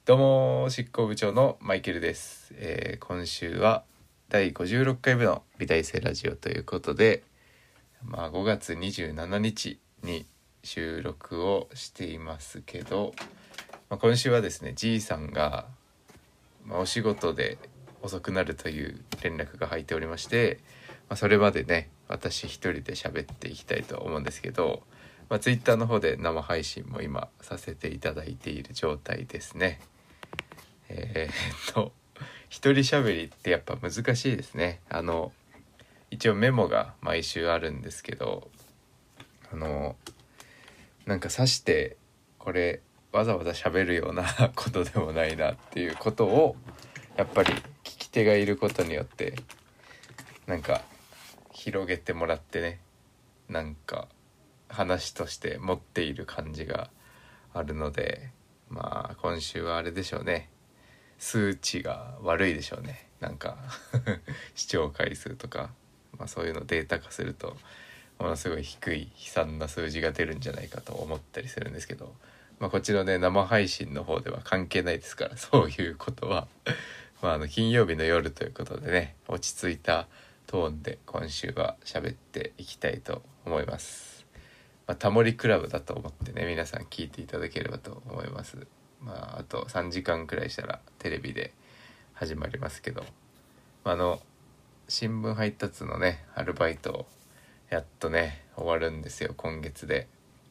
どうも執行部長のマイケルです。今週は第56回目の美大生ラジオということで、5月27日に収録をしていますけど、今週はですね G さんが、お仕事で遅くなるという連絡が入っておりまして、それまでね私一人で喋っていきたいと思うんですけど、Twitter の方で生配信も今させていただいている状態ですね。一人喋りってやっぱ難しいですね。一応メモが毎週あるんですけど、なんかさしてこれわざわざ喋るようなことでもないなっていうことをやっぱり聞き手がいることによってなんか広げてもらってね、なんか話として持っている感じがあるので、今週はあれでしょうね、数値が悪いでしょうね。なんか視聴回数とか、そういうのデータ化するとものすごい低い悲惨な数字が出るんじゃないかと思ったりするんですけど、こっちのね生配信の方では関係ないですから、そういうことは金曜日の夜ということでね、落ち着いたトーンで今週は喋っていきたいと思います。タモリクラブだと思ってね皆さん聞いていただければと思います。あと3時間くらいしたらテレビで始まりますけど、新聞配達のねアルバイトやっとね終わるんですよ今月で。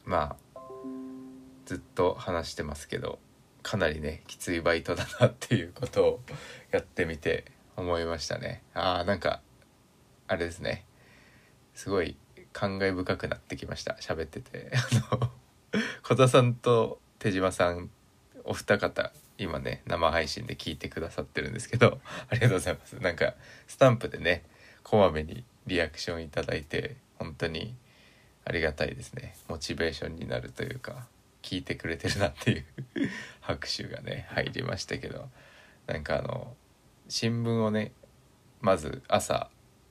ずっと話してますけど、かなりねきついバイトだなっていうことをやってみて思いましたね。なんかあれですね、すごい感慨深くなってきました喋ってて。小田さんと手島さんお二方今ね生配信で聞いてくださってるんですけど、ありがとうございます。なんかスタンプでねこまめにリアクションいただいて本当にありがたいですね。モチベーションになるというか、聞いてくれてるなっていう拍手がね入りましたけど、なんか新聞をねまず朝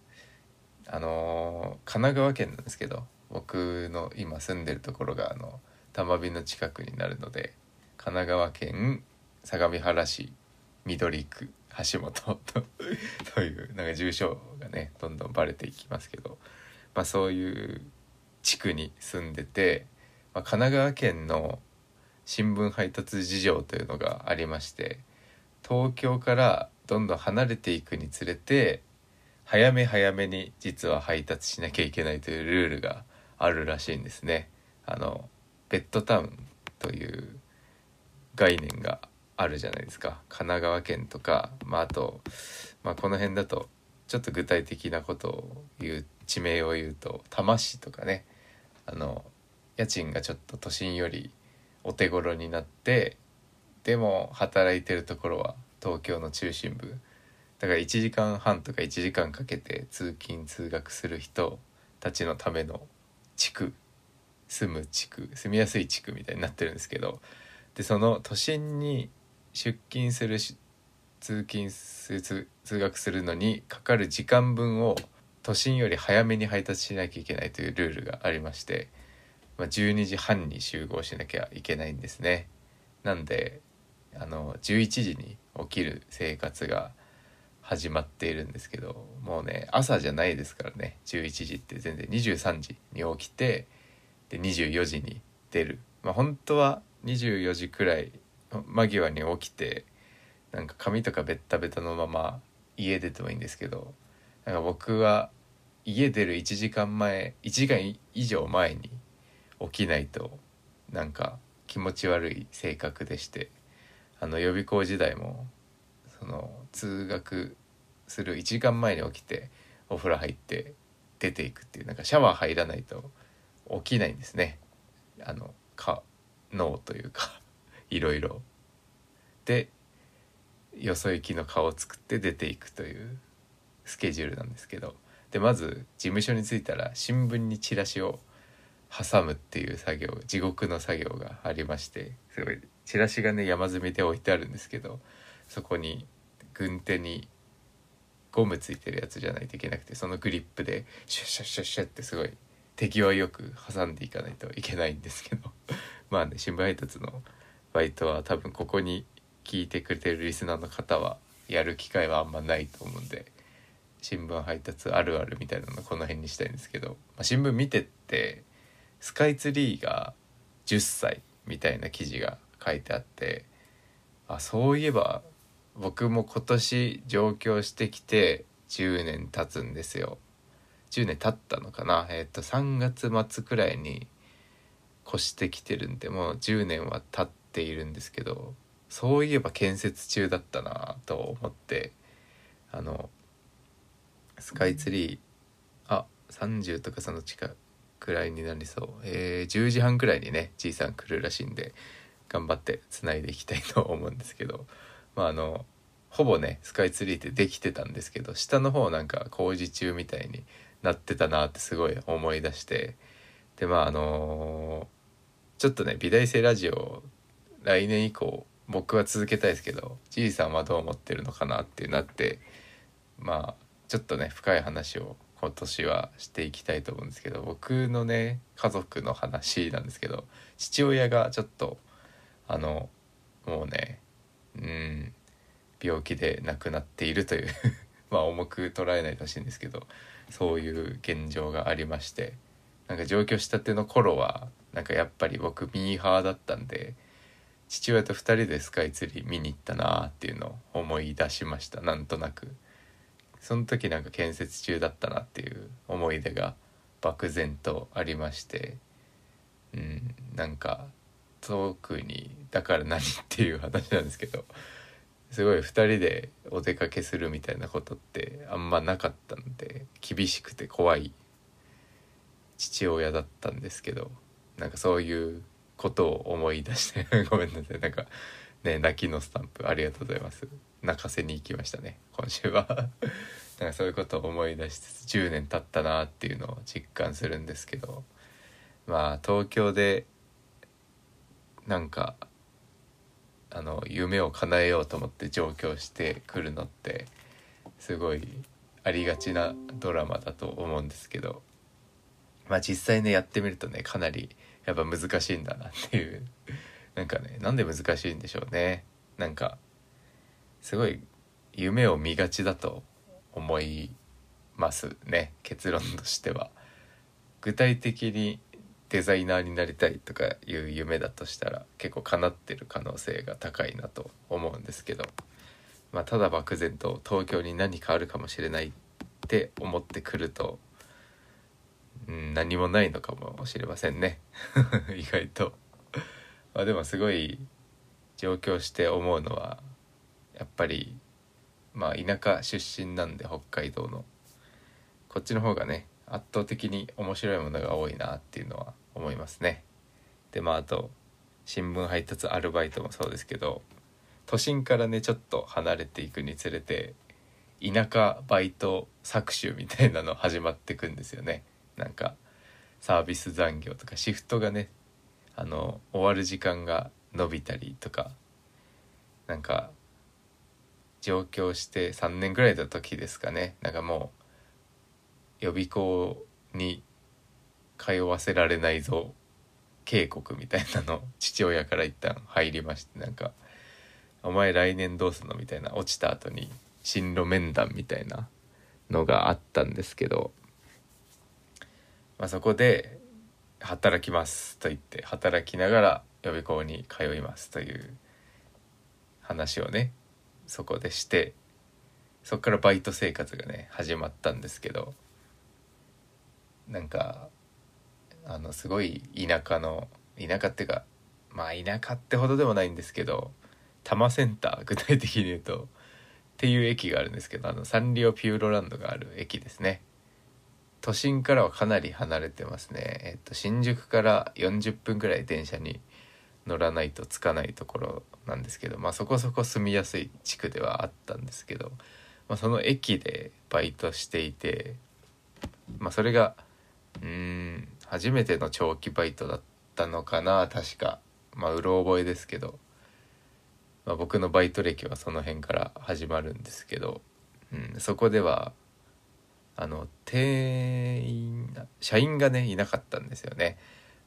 神奈川県なんですけど、僕の今住んでるところが多摩美の近くになるので、神奈川県相模原市緑区橋本というなんか住所がねどんどんバレていきますけど、そういう地区に住んでて、神奈川県の新聞配達事情というのがありまして、東京からどんどん離れていくにつれて早め早めに実は配達しなきゃいけないというルールがあるらしいんですね。ベッドタウンという概念があるじゃないですか。神奈川県とか、あと、この辺だとちょっと具体的なことを言う、地名を言うと多摩市とかね、家賃がちょっと都心よりお手頃になって、でも働いてるところは東京の中心部だから1時間半とか1時間かけて通勤通学する人たちのための地区、住みやすい地区みたいになってるんですけど、でその都心に出勤する通勤通学するのにかかる時間分を都心より早めに配達しなきゃいけないというルールがありまして、12時半に集合しなきゃいけないんですね。なんで11時に起きる生活が始まっているんですけど、もうね朝じゃないですからね、11時って全然23時に起きて、で24時に出る、本当は24時くらい間際に起きて、なんか髪とかベッタベタのまま家出てもいいんですけど、なんか僕は家出る1時間前1時間以上前に起きないとなんか気持ち悪い性格でして、予備校時代も通学する1時間前に起きてお風呂入って出ていくっていう、なんかシャワー入らないと起きないんですね。脳というかいろいろでよそ行きの顔を作って出ていくというスケジュールなんですけど、でまず事務所に着いたら新聞にチラシを挟むっていう作業、地獄の作業がありまして、すごいチラシがね山積みで置いてあるんですけど、そこに軍手にゴムついてるやつじゃないといけなくて、そのグリップでシュッシュッシュッシュッってすごい手際よく挟んでいかないといけないんですけど新聞配達のバイトは多分ここに来聞いてくれてるリスナーの方はやる機会はあんまないと思うんで、新聞配達あるあるみたいなのこの辺にしたいんですけど、新聞見てってスカイツリーが10歳みたいな記事が書いてあって、そういえば僕も今年上京してきて10年経つんですよ。10年経ったのかな。3月末くらいに越してきてるんで、もう10年は経っているんですけど、そういえば建設中だったなと思って、スカイツリー30とかその近くらいになりそう。10時半くらいにねじいさん来るらしいんで、頑張ってつないでいきたいと思うんですけど、ほぼねスカイツリーってできてたんですけど、下の方なんか工事中みたいになってたなってすごい思い出して、でちょっとね美大生ラジオ来年以降僕は続けたいですけど、じいさんはどう思ってるのかなってなって、ちょっとね深い話を今年はしていきたいと思うんですけど、僕のね家族の話なんですけど、父親がちょっともうね病気で亡くなっているという重く捉えないでほしいんですけど、そういう現状がありまして、なんか上京したての頃はなんかやっぱり僕ミーハーだったんで、父親と2人でスカイツリー見に行ったなっていうのを思い出しました。なんとなくその時なんか建設中だったなっていう思い出が漠然とありまして、なんか特にだから何っていう話なんですけど、すごい2人でお出かけするみたいなことってあんまなかったので、厳しくて怖い父親だったんですけど、なんかそういうことを思い出してごめんなさい、なんかね泣きのスタンプありがとうございます。泣かせに行きましたね今週はなんかそういうことを思い出しつつ10年経ったなっていうのを実感するんですけど、東京でなんか夢を叶えようと思って上京してくるのってすごいありがちなドラマだと思うんですけど、実際ねやってみるとねかなりやっぱ難しいんだなっていうなんかね、なんで難しいんでしょうね。なんかすごい夢を見がちだと思いますね、結論としては。具体的にデザイナーになりたいとかいう夢だとしたら結構叶ってる可能性が高いなと思うんですけど、ただ漠然と東京に何かあるかもしれないって思ってくると、何もないのかもしれませんね意外とでもすごい上京して思うのはやっぱり田舎出身なんで、北海道のこっちの方がね圧倒的に面白いものが多いなっていうのは思いますね。であと新聞配達アルバイトもそうですけど、都心からねちょっと離れていくにつれて田舎バイト搾取みたいなの始まってくんですよね。なんかサービス残業とかシフトがね終わる時間が伸びたりとか、なんか上京して3年ぐらいの時ですかね、なんかもう予備校に通わせられないぞ警告みたいなの父親から一旦入りまして、なんかお前来年どうすんのみたいな、落ちた後に進路面談みたいなのがあったんですけど、そこで働きますと言って働きながら予備校に通いますという話をねそこでして、そこからバイト生活がね始まったんですけど、なんかすごい田舎っていうか田舎ってほどでもないんですけど、多摩センター具体的に言うとっていう駅があるんですけど、サンリオピューロランドがある駅ですね。都心からはかなり離れてますね。新宿から40分くらい電車に乗らないと着かないところなんですけど、そこそこ住みやすい地区ではあったんですけど、その駅でバイトしていて、それが初めての長期バイトだったのかな確か。うろ覚えですけど、僕のバイト歴はその辺から始まるんですけど、そこでは社員がねいなかったんですよね。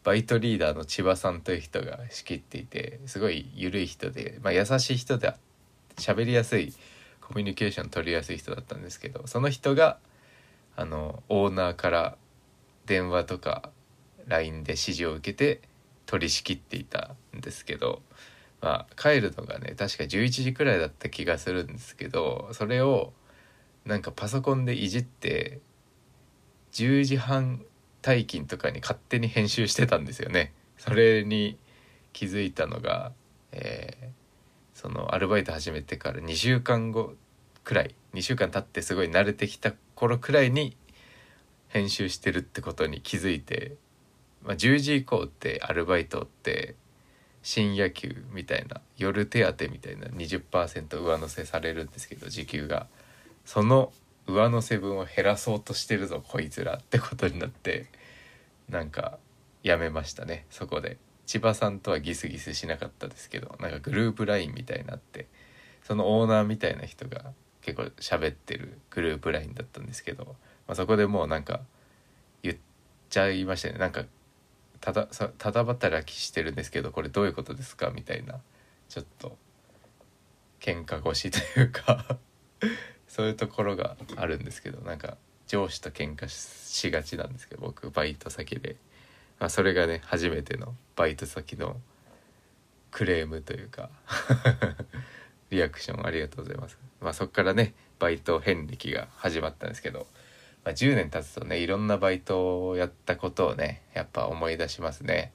バイトリーダーの千葉さんという人が仕切っていて、すごい緩い人で、優しい人で喋りやすい、コミュニケーション取りやすい人だったんですけど、その人がオーナーから電話とか LINE で指示を受けて取り仕切っていたんですけど、帰るのがね確か11時くらいだった気がするんですけど、それをなんかパソコンでいじって10時半退勤とかに勝手に編集してたんですよね。それに気づいたのが、そのアルバイト始めてから2週間後くらい、2週間経ってすごい慣れてきた頃くらいに編集してるってことに気づいて、10時以降ってアルバイトって深夜給みたいな、夜手当みたいな 20% 上乗せされるんですけど、時給がその上乗せ分を減らそうとしてるぞこいつらってことになって、なんかやめましたね。そこで千葉さんとはギスギスしなかったですけど、なんかグループ LINE みたいになって、そのオーナーみたいな人が結構喋ってるグループ LINE だったんですけど、そこでもうなんか言っちゃいましたね。なんかただ働きしてるんですけどこれどういうことですかみたいな、ちょっと喧嘩腰というかそういうところがあるんですけど、なんか上司と喧嘩しがちなんですけど、僕バイト先で、それがね初めてのバイト先のクレームというかリアクションありがとうございます。そっからねバイト遍歴が始まったんですけど、10年経つとねいろんなバイトをやったことをねやっぱ思い出しますね。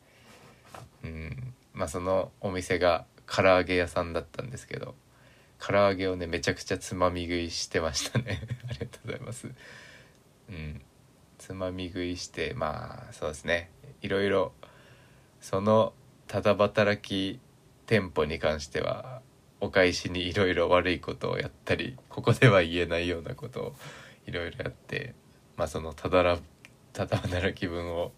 そのお店が唐揚げ屋さんだったんですけど、唐揚げをねめちゃくちゃつまみ食いしてましたねありがとうございます。つまみ食いして、そうですね、いろいろそのただ働き店舗に関してはお返しにいろいろ悪いことをやったり、ここでは言えないようなことをいろいろやって、そのただ働き分を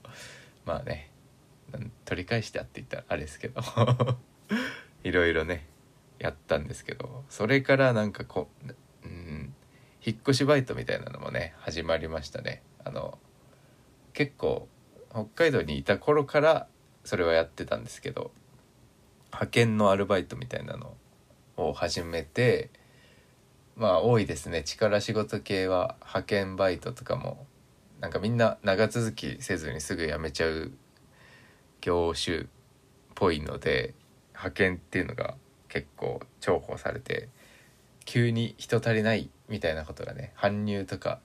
取り返してやっていったらあれですけどいろいろねやったんですけど、それからなんか引っ越しバイトみたいなのもね始まりましたね。結構北海道にいた頃からそれはやってたんですけど、派遣のアルバイトみたいなのを始めて、多いですね。力仕事系は派遣バイトとかもなんかみんな長続きせずにすぐ辞めちゃう業種っぽいので、派遣っていうのが結構重宝されて、急に人足りないみたいなことがね、搬入とか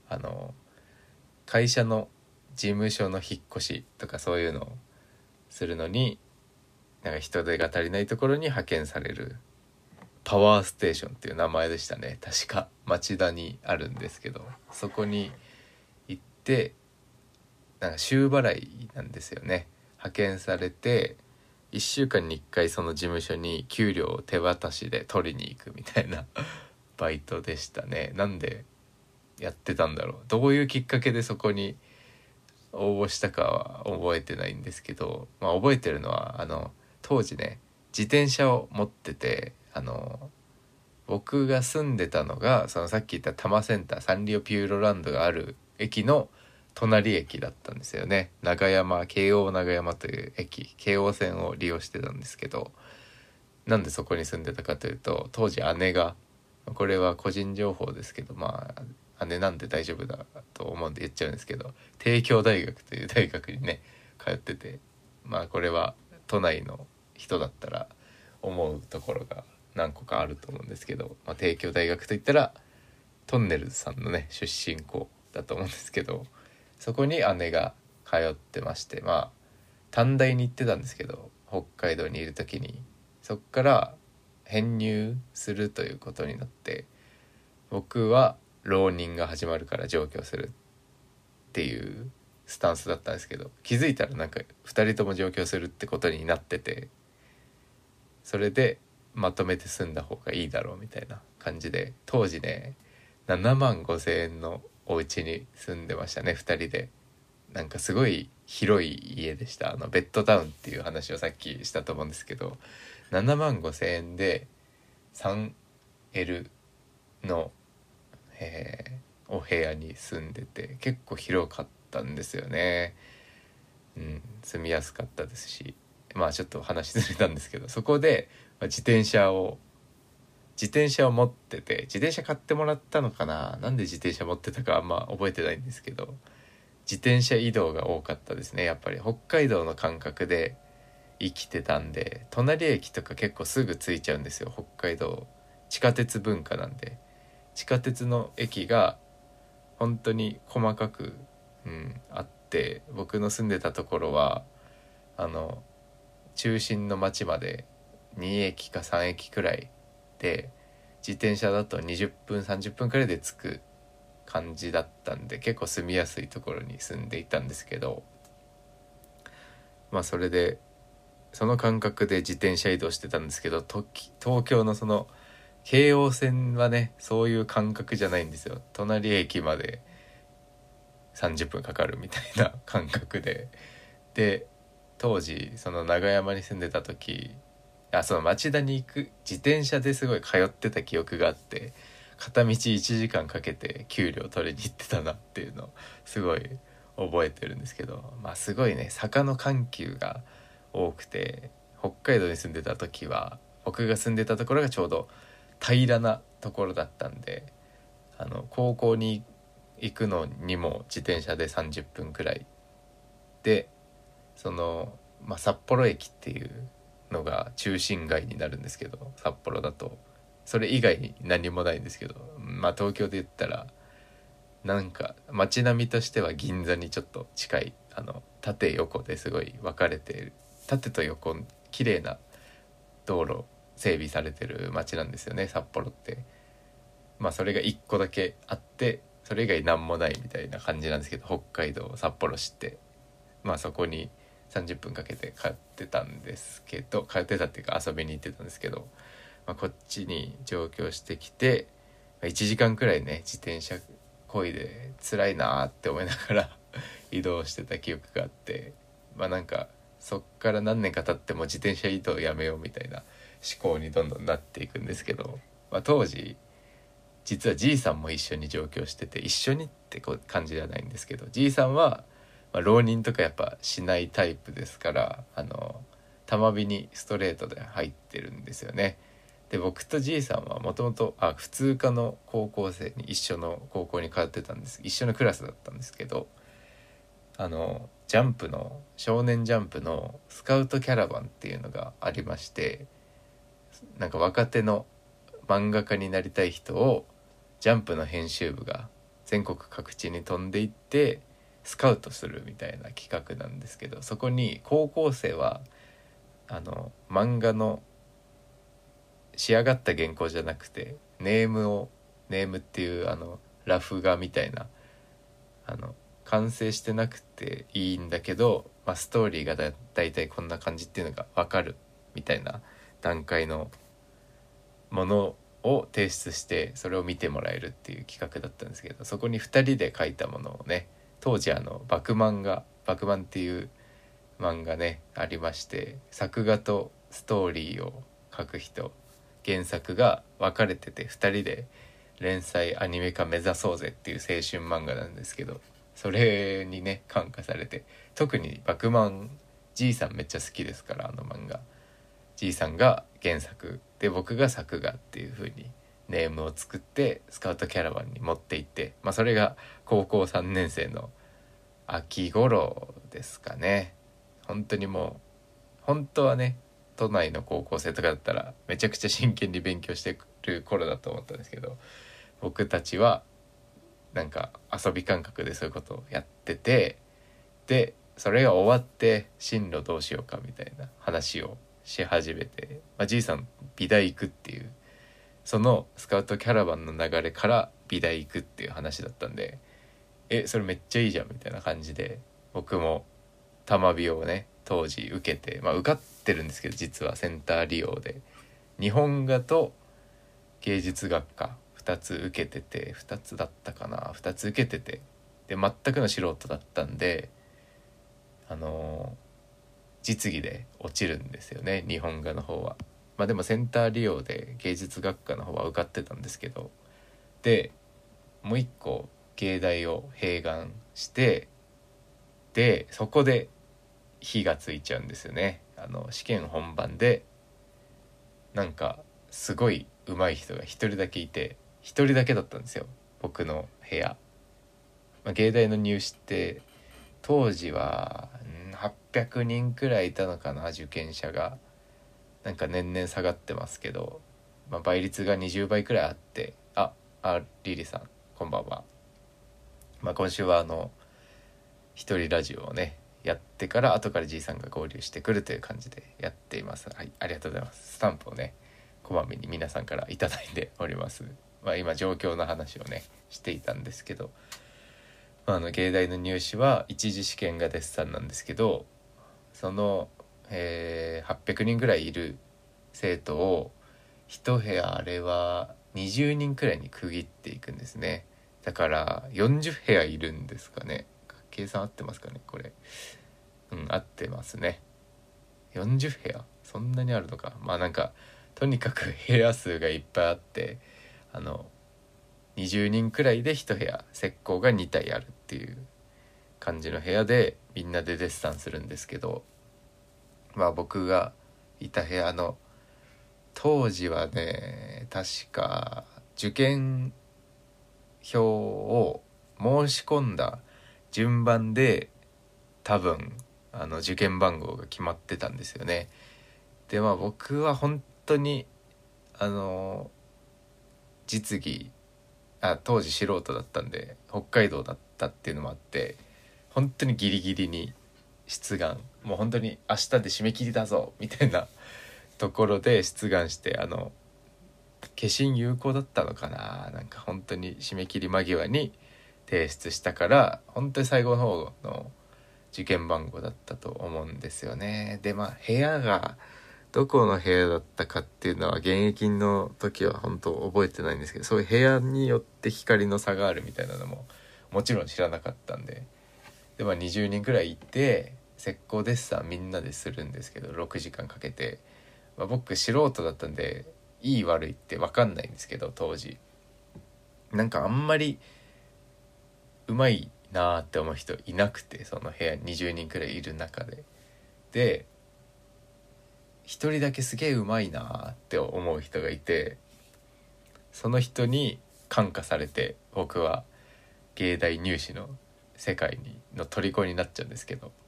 会社の事務所の引っ越しとかそういうのをするのに、なんか人手が足りないところに派遣されるパワーステーションっていう名前でしたね。確か町田にあるんですけど、そこに行ってなんか週払いなんですよね。派遣されて1週間に1回その事務所に給料を手渡しで取りに行くみたいなバイトでしたね。なんでやってたんだろう、どういうきっかけでそこに応募したかは覚えてないんですけど、覚えてるのは当時ね自転車を持ってて、僕が住んでたのがそのさっき言った多摩センターサンリオピューロランドがある駅の隣駅だったんですよね。京王長山という駅、京王線を利用してたんですけど、なんでそこに住んでたかというと、当時姉が、これは個人情報ですけど姉なんで大丈夫だと思うんで言っちゃうんですけど、帝京大学という大学にね通ってて、これは都内の人だったら思うところが何個かあると思うんですけど、帝京大学といったらトンネルズさんのね出身校だと思うんですけど、そこに姉が通ってまして、短大に行ってたんですけど、北海道にいる時にそっから編入するということになって、僕は浪人が始まるから上京するっていうスタンスだったんですけど、気づいたらなんか2人とも上京するってことになってて、それでまとめて住んだ方がいいだろうみたいな感じで、当時ね7万5千円のお家に住んでましたね、2人で。なんかすごい広い家でした。ベッドタウンっていう話をさっきしたと思うんですけど、7万5千円で 3L の、お部屋に住んでて、結構広かったんですよね。 住みやすかったですし、まあちょっと話ずれたんですけど、そこで自転車を持ってて、自転車買ってもらったのかな、なんで自転車持ってたかあんま覚えてないんですけど、自転車移動が多かったですね。やっぱり北海道の感覚で生きてたんで、隣駅とか結構すぐ着いちゃうんですよ。北海道地下鉄文化なんで、地下鉄の駅が本当に細かく、あって、僕の住んでたところは中心の町まで2駅か3駅くらいで、自転車だと20分30分くらいで着く感じだったんで、結構住みやすいところに住んでいたんですけど、まあそれでその感覚で自転車移動してたんですけど、東京のその京王線はね、そういう感覚じゃないんですよ。隣駅まで30分かかるみたいな感覚で、当時その長山に住んでた時、その町田に行く自転車ですごい通ってた記憶があって、片道1時間かけて給料取りに行ってたなっていうのをすごい覚えてるんですけど、まあすごいね、坂の緩急が多くて、北海道に住んでた時は、僕が住んでたところがちょうど平らなところだったんで、高校に行くのにも自転車で30分くらいで、札幌駅っていうのが中心街になるんですけど、札幌だとそれ以外に何もないんですけど、東京で言ったらなんか街並みとしては銀座にちょっと近い、縦横ですごい分かれている、縦と横綺麗な道路整備されてる街なんですよね、札幌って。それが1個だけあって、それ以外何もないみたいな感じなんですけど、北海道札幌市って、そこに30分かけて通ってたっていうか遊びに行ってたんですけど、こっちに上京してきて、1時間くらいね、自転車漕いで辛いなって思いながら移動してた記憶があって、なんかそっから何年か経っても自転車移動やめようみたいな思考にどんどんなっていくんですけど、当時実はじいさんも一緒に上京してて、一緒にって感じではないんですけど、じいさんは浪人とかやっぱしないタイプですから、玉美にストレートで入ってるんですよね。で、僕とじいさんはもともと普通科の高校生に、一緒の高校に通ってたんです。一緒のクラスだったんですけど、ジャンプの少年ジャンプのスカウトキャラバンっていうのがありまして、なんか若手の漫画家になりたい人をジャンプの編集部が全国各地に飛んでいってスカウトするみたいな企画なんですけど、そこに高校生は漫画の仕上がった原稿じゃなくて、ネームっていうラフ画みたいな、完成してなくていいんだけど、ストーリーがだいたいこんな感じっていうのが分かるみたいな段階のものを提出して、それを見てもらえるっていう企画だったんですけど、そこに2人で書いたものをね、当時バクマンっていう漫画ねありまして、作画とストーリーを書く人、原作が分かれてて、2人で連載アニメ化目指そうぜっていう青春漫画なんですけど、それにね感化されて、特にバクマンじいさんめっちゃ好きですから、漫画。じいさんが原作で僕が作画っていう風にネームを作ってスカウトキャラバンに持って行って、それが高校3年生の秋頃ですかね。本当にもう、本当はね都内の高校生とかだったらめちゃくちゃ真剣に勉強してる頃だと思ったんですけど、僕たちはなんか遊び感覚でそういうことをやってて、でそれが終わって進路どうしようかみたいな話をし始めて、じいさん美大行くっていう、そのスカウトキャラバンの流れから美大行くっていう話だったんで、それめっちゃいいじゃんみたいな感じで、僕も玉美をね当時受けて、受かってるんですけど、実はセンター利用で日本画と芸術学科2つ受けてて、2つだったかな、2つ受けてて、で全くの素人だったんで、実技で落ちるんですよね、日本画の方は。でもセンター利用で芸術学科の方は受かってたんですけど、でもう一個芸大を併願して、でそこで火がついちゃうんですよね。試験本番でなんかすごい上手い人が一人だけいて、一人だけだったんですよ、僕の部屋。芸大の入試って当時は800人くらいいたのかな、受験者が。なんか年々下がってますけど、倍率が20倍くらいあって、リリさんこんばんは。今週は一人ラジオをねやってから後から G さんが合流してくるという感じでやっています。はい、ありがとうございます。スタンプをねこまめに皆さんからいただいております。今状況の話をねしていたんですけど、芸大の入試は一次試験がデッサンなんですけど、その、800人ぐらいいる生徒を一部屋、あれは20人くらいに区切っていくんですね。だから40部屋いるんですかね。計算合ってますかねこれ。合ってますね。40部屋そんなにあるのか。なんかとにかく部屋数がいっぱいあって、20人くらいで1部屋、石膏が2体あるっていう感じの部屋でみんなでデッサンするんですけど、僕がいた部屋の当時はね、確か受験票を申し込んだ順番で多分受験番号が決まってたんですよね。で僕は本当に実技当時素人だったんで北海道だったっていうのもあって、本当にギリギリに出願、もう本当に明日で締め切りだぞみたいなところで出願して、消印有効だったのかな、なんか本当に締め切り間際に提出したから、本当に最後の方の受験番号だったと思うんですよね。で部屋がどこの部屋だったかっていうのは現役の時は本当覚えてないんですけど、そういう部屋によって光の差があるみたいなのももちろん知らなかったんで、20人くらい行って石膏デッサンみんなでするんですけど、6時間かけて、僕素人だったんでいい悪いって分かんないんですけど、当時なんかあんまりうまいなーって思う人いなくて、その部屋20人くらいいる中で一人だけすげえうまいなって思う人がいて、その人に感化されて僕は芸大入試の世界の虜になっちゃうんですけど、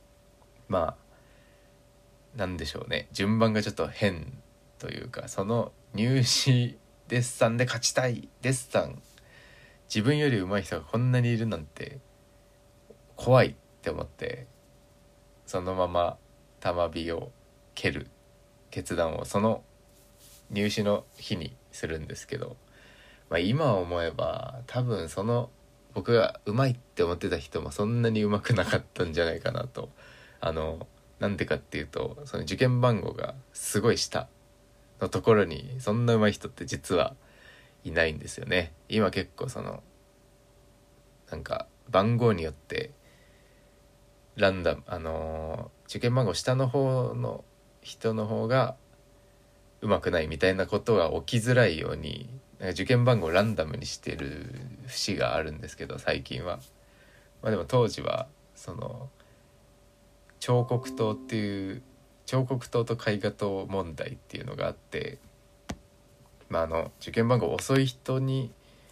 なんでしょうね、順番がちょっと変というか、その入試デッサンで勝ちたい、デッサン自分より上手い人がこんなにいるなんて怖いって思って、そのまま玉火を蹴る決断をその入試の日にするんですけど、今思えば多分その僕が上手いって思ってた人もそんなに上手くなかったんじゃないかなと。なんでかっていうと、その受験番号がすごい下のところにそんな上手い人って実はいないんですよね。今結構なんか番号によってランダム、受験番号下の方の人の方が上手くないみたいなことが起きづらいように、なんか受験番号をランダムにしてる節があるんですけど、最近は。でも当時はその彫刻刀っていう彫刻刀と絵画刀問題っていうのがあって、受験番号遅い人に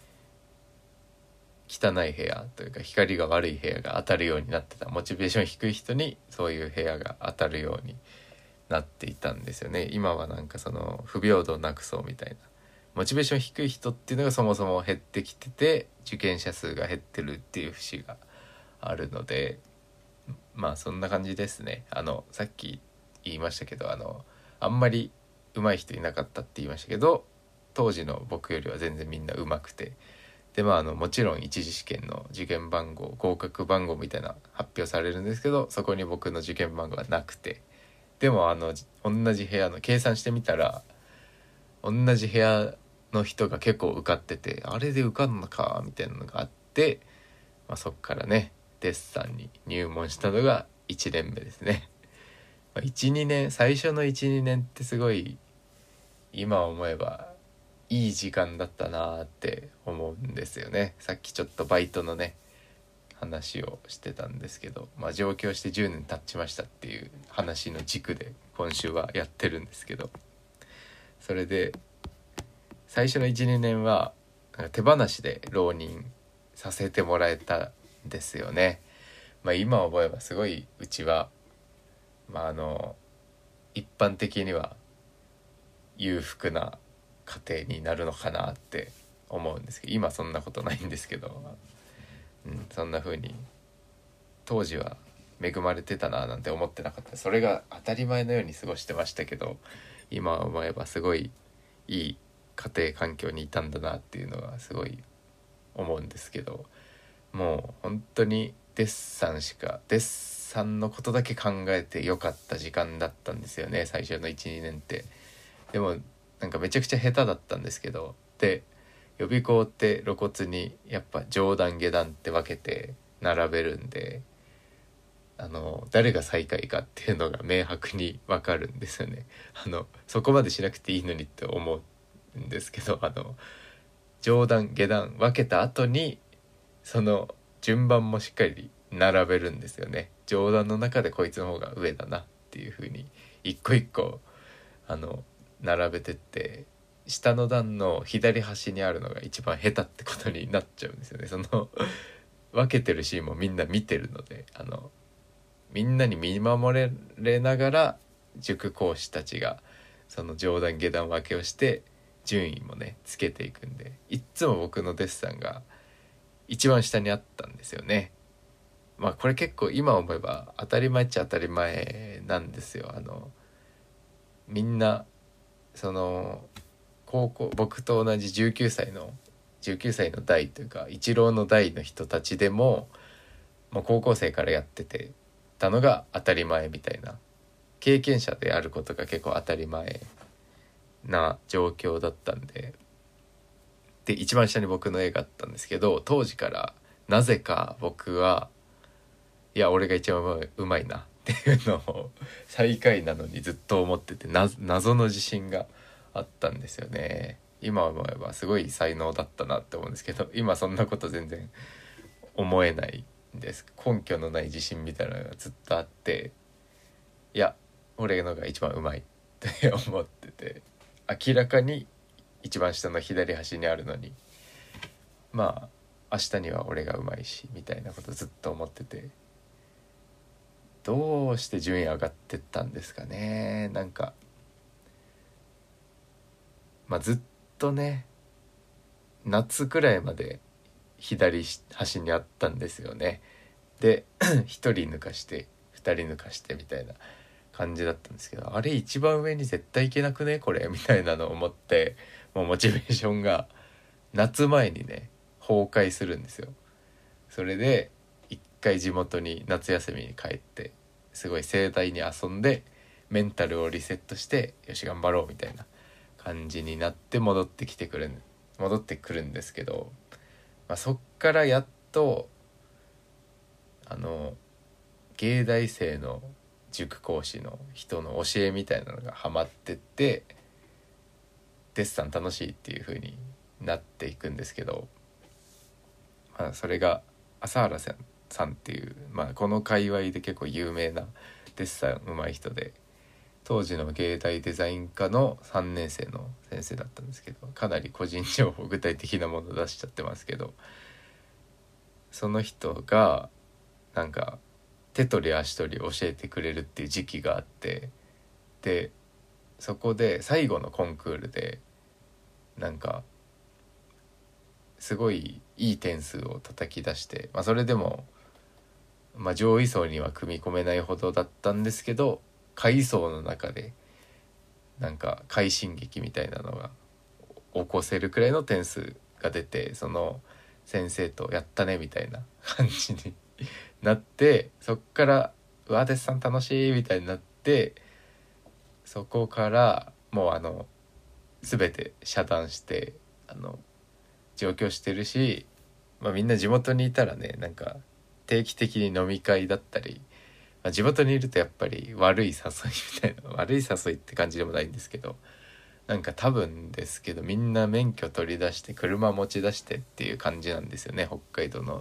汚い部屋というか光が悪い部屋が当たるようになってた、モチベーション低い人にそういう部屋が当たるようになっていたんですよね。今はなんかその不平等なくそうみたいな、モチベーション低い人っていうのがそもそも減ってきてて、受験者数が減ってるっていう節があるので、そんな感じですね。さっき言いましたけど、あんまり上手い人いなかったって言いましたけど、当時の僕よりは全然みんな上手くて、でもちろん一次試験の受験番号、合格番号みたいな発表されるんですけど、そこに僕の受験番号はなくて、でも同じ部屋の計算してみたら同じ部屋の人が結構受かってて、あれで受かんのかみたいなのがあって、そっからねデッサンに入門したのが1年目ですね。1,2 年、最初の 1,2 年ってすごい今思えばいい時間だったなって思うんですよね。さっきちょっとバイトのね話をしてたんですけど、上京して10年経ちましたっていう話の軸で今週はやってるんですけど、それで最初の 1,2 年は手放しで浪人させてもらえたんですよね。今思えばすごいうちは、一般的には裕福な家庭になるのかなって思うんですけど、今そんなことないんですけど、そんな風に当時は恵まれてたななんて思ってなかった。それが当たり前のように過ごしてましたけど、今思えばすごいいい家庭環境にいたんだなっていうのがすごい思うんですけど、もう本当にデッサンのことだけ考えてよかった時間だったんですよね、最初の 1,2 年って。でもなんかめちゃくちゃ下手だったんですけど、で予備校って露骨にやっぱ上段下段って分けて並べるんで、誰が最下位かっていうのが明白に分かるんですよね。そこまでしなくていいのにって思うんですけど、上段下段分けた後にその順番もしっかり並べるんですよね。上段の中でこいつの方が上だなっていう風に一個一個並べてって、下の段の左端にあるのが一番下手ってことになっちゃうんですよね。その分けてるシーンもみんな見てるので、みんなに見守れながら塾講師たちがその上段下段分けをして順位もねつけていくんで、いっつも僕のデッサンが一番下にあったんですよね。これ結構今思えば当たり前っちゃ当たり前なんですよ。みんなその僕と同じ19歳の代というか一浪の代の人たちでも、高校生からやっててたのが当たり前みたいな、経験者であることが結構当たり前な状況だったんで、一番下に僕の絵があったんですけど、当時からなぜか僕はいや俺が一番うまいなっていうのを最下位なのにずっと思ってて、謎の自信があったんですよね。今思えばすごい才能だったなって思うんですけど、今そんなこと全然思えないんです。根拠のない自信みたいなのがずっとあって、いや俺のが一番うまいって思ってて、明らかに一番下の左端にあるのに、明日には俺がうまいしみたいなことずっと思ってて、どうして順位上がってったんですかね。なんかずっとね、夏くらいまで左端にあったんですよね。で1人抜かして2人抜かしてみたいな感じだったんですけど、あれ一番上に絶対いけなくねこれみたいなのを思って、もうモチベーションが夏前にね崩壊するんですよ。それで一回地元に夏休みに帰ってすごい盛大に遊んでメンタルをリセットして、よし頑張ろうみたいな感じになって戻ってくるんですけど、そっからやっと芸大生の塾講師の人の教えみたいなのがハマってって、デッサン楽しいっていう風になっていくんですけど、それが朝原さんっていう、この界隈で結構有名なデッサン上手い人で、当時の芸大デザイン科の3年生の先生だったんですけど、かなり個人情報具体的なもの出しちゃってますけど、その人がなんか手取り足取り教えてくれるっていう時期があって、でそこで最後のコンクールでなんかすごいいい点数を叩き出して、それでも上位層には組み込めないほどだったんですけど、下位層の中でなんか快進撃みたいなのが起こせるくらいの点数が出て、その先生とやったねみたいな感じになって、そっからうわデッサン楽しいみたいになって、そこからもう全て遮断して上京してるし、みんな地元にいたらね、なんか定期的に飲み会だったり、地元にいるとやっぱり悪い誘いみたいな、悪い誘いって感じでもないんですけど、なんか多分ですけどみんな免許取り出して車持ち出してっていう感じなんですよね、北海道の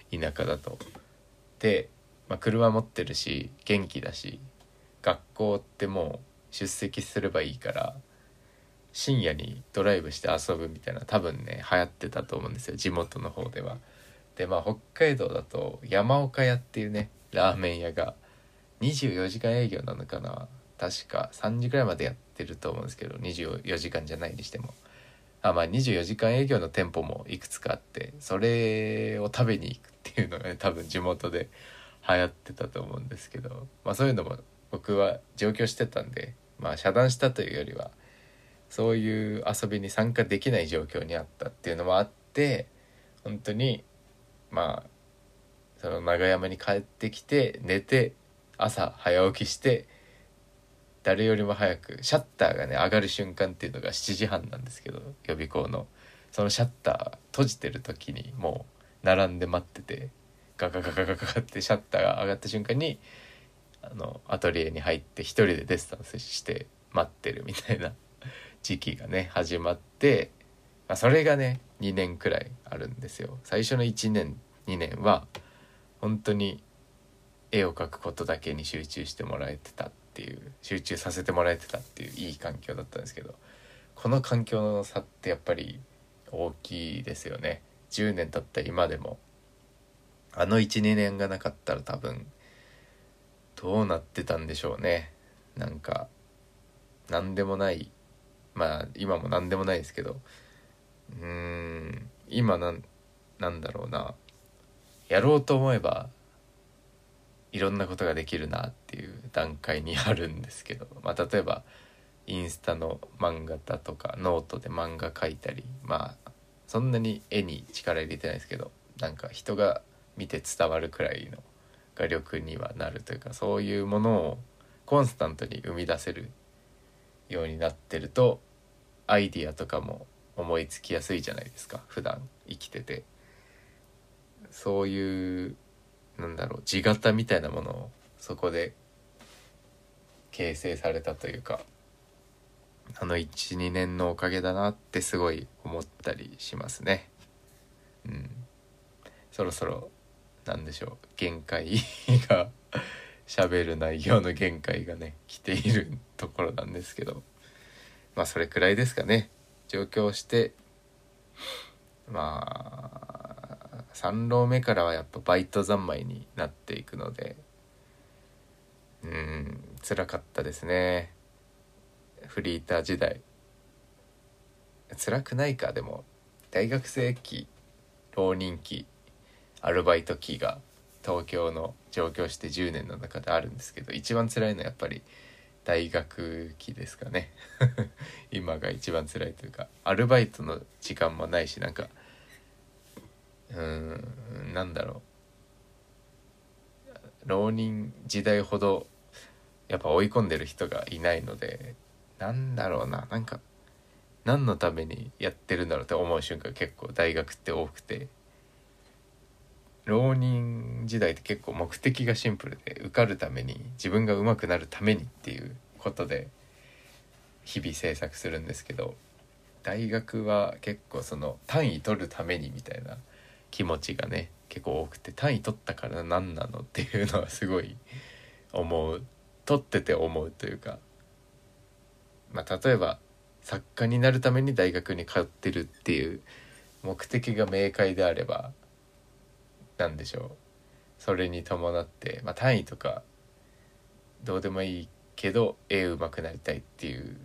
田舎だと。で、車持ってるし元気だし、学校ってもう出席すればいいから深夜にドライブして遊ぶみたいな多分ね流行ってたと思うんですよ、地元の方では。で北海道だと山岡屋っていうねラーメン屋が24時間営業なのかな、確か3時くらいまでやってると思うんですけど、24時間じゃないにしても24時間営業の店舗もいくつかあって、それを食べに行くっていうのがね多分地元で流行ってたと思うんですけど、そういうのも僕は上京してたんで、遮断したというよりはそういう遊びに参加できない状況にあったっていうのもあって、本当にその長山に帰ってきて寝て朝早起きして誰よりも早くシャッターがね上がる瞬間っていうのが7時半なんですけど、予備校のそのシャッター閉じてる時にもう並んで待ってて、ガガガガガガガってシャッターが上がった瞬間にアトリエに入って一人でデッサンして待ってるみたいな時期がね始まって、それがね2年くらいあるんですよ。最初の1年2年は本当に絵を描くことだけに集中してもらえてたっていう、集中させてもらえてたっていういい環境だったんですけど、この環境の差ってやっぱり大きいですよね。10年経った今でも1、2年がなかったら多分どうなってたんでしょうね。なんか何でもない、今も何でもないですけど、今なんだろうな、やろうと思えばいろんなことができるなっていう段階にあるんですけど、例えばインスタの漫画だとかノートで漫画描いたり、そんなに絵に力入れてないですけど、なんか人が見て伝わるくらいの画力にはなるというか、そういうものをコンスタントに生み出せるようになってるとアイディアとかも思いつきやすいじゃないですか、普段生きてて。そういう地形みたいなものをそこで形成されたというか、1、2年のおかげだなってすごい思ったりしますね。そろそろ限界が喋る内容の限界がね来ているところなんですけど、それくらいですかね。上京して3浪目からはやっぱバイト三昧になっていくので、辛かったですね。フリーター時代辛くないか。でも大学生期、浪人期、アルバイト期が東京の上京して10年の中であるんですけど、一番辛いのはやっぱり大学期ですかね今が一番辛いというか、アルバイトの時間もないし、浪人時代ほどやっぱ追い込んでる人がいないので、何のためにやってるんだろうって思う瞬間結構大学って多くて、浪人時代って結構目的がシンプルで、受かるために、自分が上手くなるためにっていうことで日々制作するんですけど、大学は結構その単位取るためにみたいな気持ちがね結構多くて、単位取ったから何なのっていうのはすごい取ってて思うというか、例えば作家になるために大学に通ってるっていう目的が明快であれば、それに伴って、単位とかどうでもいいけど絵上手くなりたいっていう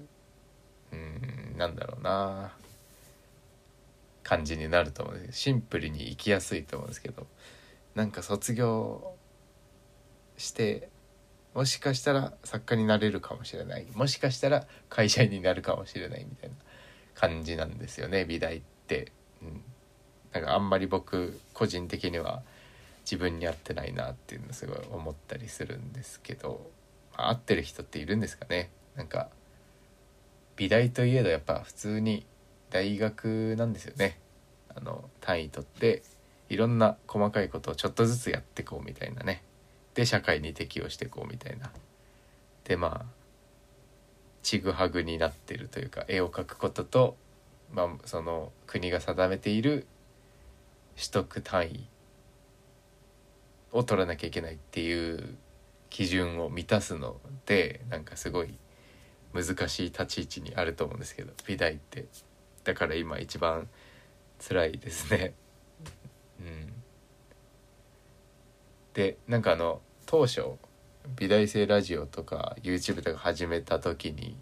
感じになると思うんです。シンプルに生きやすいと思うんですけど、卒業してもしかしたら作家になれるかもしれない、もしかしたら会社員になるかもしれないみたいな感じなんですよね、美大って。あんまり僕個人的には自分に合ってないなっていうのすごい思ったりするんですけど、合ってる人っているんですかね。美大といえどやっぱ普通に大学なんですよね。単位取っていろんな細かいことをちょっとずつやってこうみたいなね。で社会に適応していこうみたいな。でちぐはぐになってるというか、絵を描くことと、その国が定めている取得単位を取らなきゃいけないっていう基準を満たすのでなんかすごい難しい立ち位置にあると思うんですけど、美大ってだから今一番辛いですね。うん、でなんか当初美大生ラジオとか YouTube とか始めた時に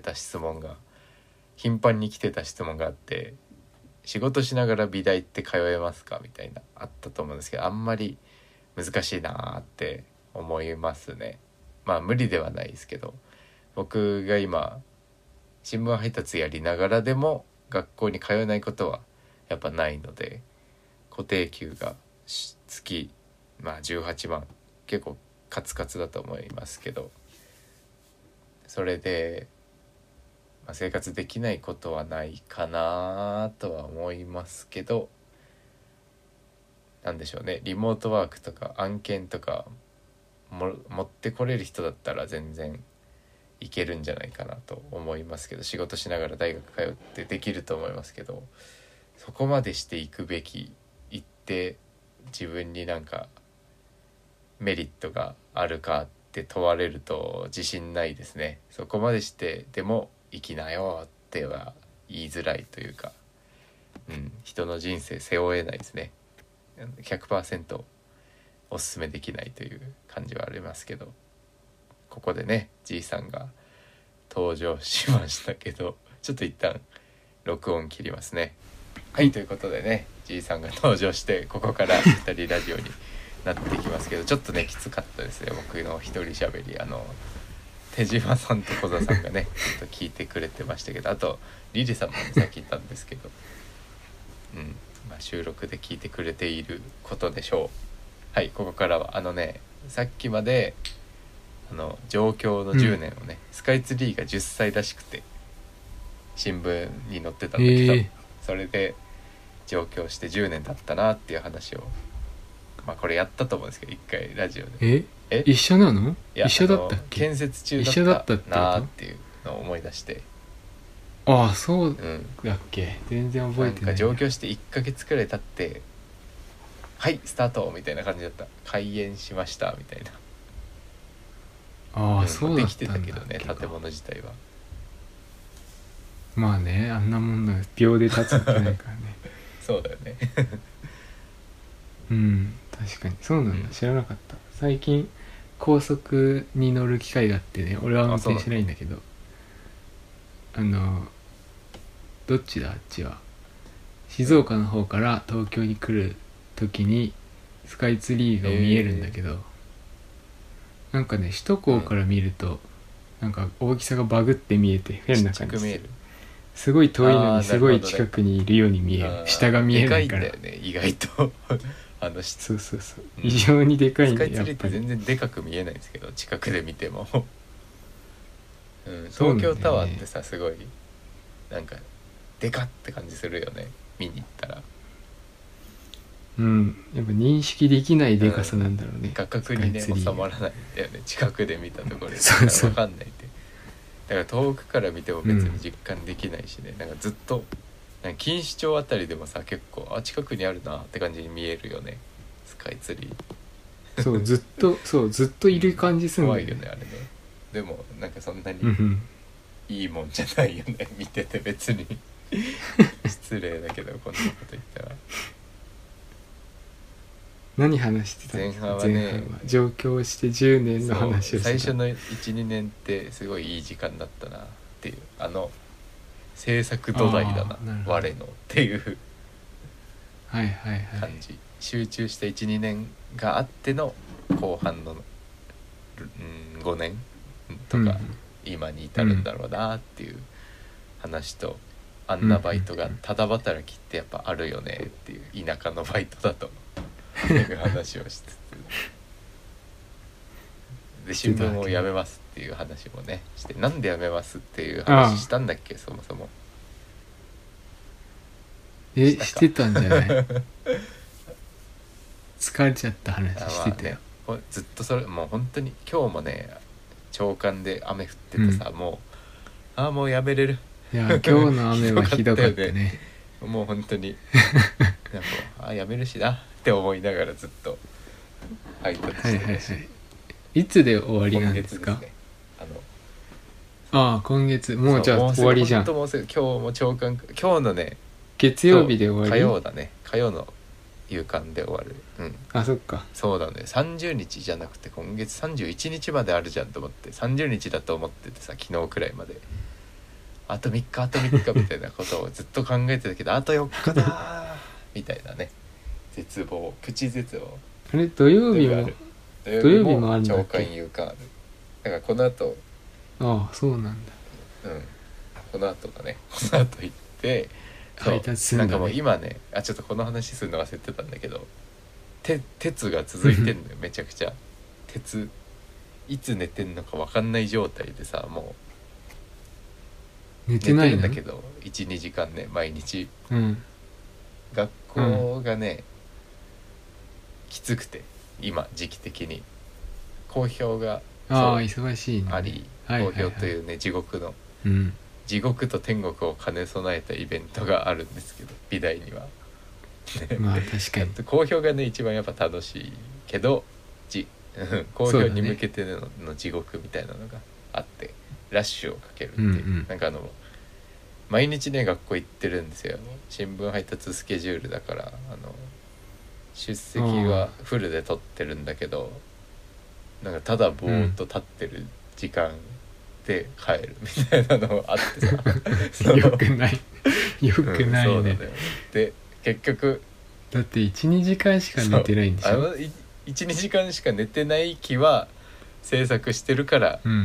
頻繁に来てた質問があって、仕事しながら美大って通えますかみたいなあったと思うんですけど、あんまり難しいなって思いますね。まあ無理ではないですけど、僕が今新聞配達やりながらでも学校に通えないことはやっぱないので、固定給が月まあ18万、結構カツカツだと思いますけど、それで、生活できないことはないかなとは思いますけど、なんでしょうね、リモートワークとか案件とか持ってこれる人だったら全然いけるんじゃないかなと思いますけど、仕事しながら大学通ってできると思いますけど、そこまでしていくべき行って自分になんかメリットがあるかって問われると自信ないですね。そこまでしてでも生きなよっては言いづらいというか、人の人生背負えないですね。100% おすすめできないという感じはありますけど、ここでねじいさんが登場しましたけど、ちょっと一旦録音切りますね。はい、ということでね、じいさんが登場してここから2人ラジオになってきますけど、ちょっとねきつかったですね、僕の一人喋り。手島さんと小沢さんがねちょっと聞いてくれてましたけど、あとリリさんも、ね、さっき言ったんですけど、収録で聞いてくれていることでしょう。はい、ここからはさっきまで上京の10年をね、スカイツリーが10歳らしくて新聞に載ってたんだけど、それで上京して10年経ったなっていう話を、これやったと思うんですけど1回ラジオで。 一緒なの？一緒だったっけ？ 建設中だったなっていうのを思い出して。 ああそうだっけ、全然覚えてない。 なんか上京して1ヶ月くらい経ってはいスタートみたいな感じだった。開園しましたみたいな。 そうだったんだ。 できてたけどね、建物自体は。 まあね、あんなもんな秒で立つってないからねそうだよね確かにそうなんだ、知らなかった。最近高速に乗る機会があってね、俺は運転しないんだけど、どっちだ、あっちは静岡の方から東京に来る時にスカイツリーが見えるんだけど、なんかね首都高から見るとなんか大きさがバグって見えて変な感じです。すごい遠いのにすごい近くにいるように見える。下が見えないから。 でかいんだよね意外とそう、異常にでかいんだよ。スカイツリーって全然でかく見えないんですけど、近くで見ても東京タワーってさ、すごいなんかでかって感じするよね、見に行ったら。 やっぱ認識できないでかさなんだろうね、 画角にね収まらないんだよね、近くで見たところで分かんないって。だから遠くから見ても別に実感できないしね、なんかずっとなんか錦糸町あたりでもさ、結構近くにあるなって感じに見えるよね、スカイツリー。 そうずっといる感じするんだよね。 怖いよねあれね。でもなんかそんなにいいもんじゃないよね見てて別に失礼だけどこんなこと言ったら。 何話してたんですか？前半はね、上京して10年の話をしてた。 最初の 1,2 年ってすごいいい時間だったなっていう、制作土台だな我のっていう感じ。集中した 1,2 年があっての後半の、5年とか今に至るんだろうなっていう話と、あんなバイトがただ働きってやっぱあるよねっていう、田舎のバイトだという話をしつつで新聞を辞めますっていう話もねして、なんで辞めますっていう話したんだっけ、そもそも。 してたんじゃない疲れちゃった話してたよ、 ずっとそれもう本当に今日もね朝刊で雨降っててさ、もうやめれる。 いや今日の雨はひどかったねもう本当になんかやめるしなって思いながらずっと配達はいはいはしてるし、 い。いつで終わり今なんですか？ 月ですね。 ああ、今月もうじゃあそう終わりじゃん。 もうすぐ今日も朝刊、今日のね、 月曜日で終わ火り？ 曜だね、火曜の夕刊で終わる。うん、 あ、そっか。 そうだね、30日じゃなくて今月31日まであるじゃんと思って、30日だと思っててさ、昨日くらいまであと3日あと3日みたいなことをずっと考えてたけど、あと4日だーみたいなね、絶望、プチ絶望。 あれ土曜日も。 土土曜日もあるんだっ朝け？ 刊夕刊ある。だからこの後、 ああ、そうなんだ。 この後だね、この後行って配達するんだね。 なんかもう今ね、ちょっとこの話するの忘れてたんだけど、鉄が続いてんのよめちゃくちゃ。鉄いつ寝てんのか分かんない状態でさ、も寝う寝ててないの？ るんだけど 1,2 時間ね、毎日うん。 学校がね、きつくて、今時期的に公表がああ、忙しいね。 あり、 はいはいはい、 公表というね、地獄と天国を兼ね備えたイベントがあるんですけど、美大にはね、 まあ確かに。 公表がね一番やっぱ楽しいけど、公表に向けての地獄みたいなのがあって、ラッシュをかけるっていう、 うんうん、 なんか毎日ね学校行ってるんですよ。新聞配達スケジュールだから、出席はフルで取ってるんだけど、なんかただぼーっと立ってる時間で帰るみたいなのあってさよくないよくないね、 そうだね。で結局だって 1,2 時間しか寝てないんでしょ。 12時間しか寝てない期は制作してるからうん、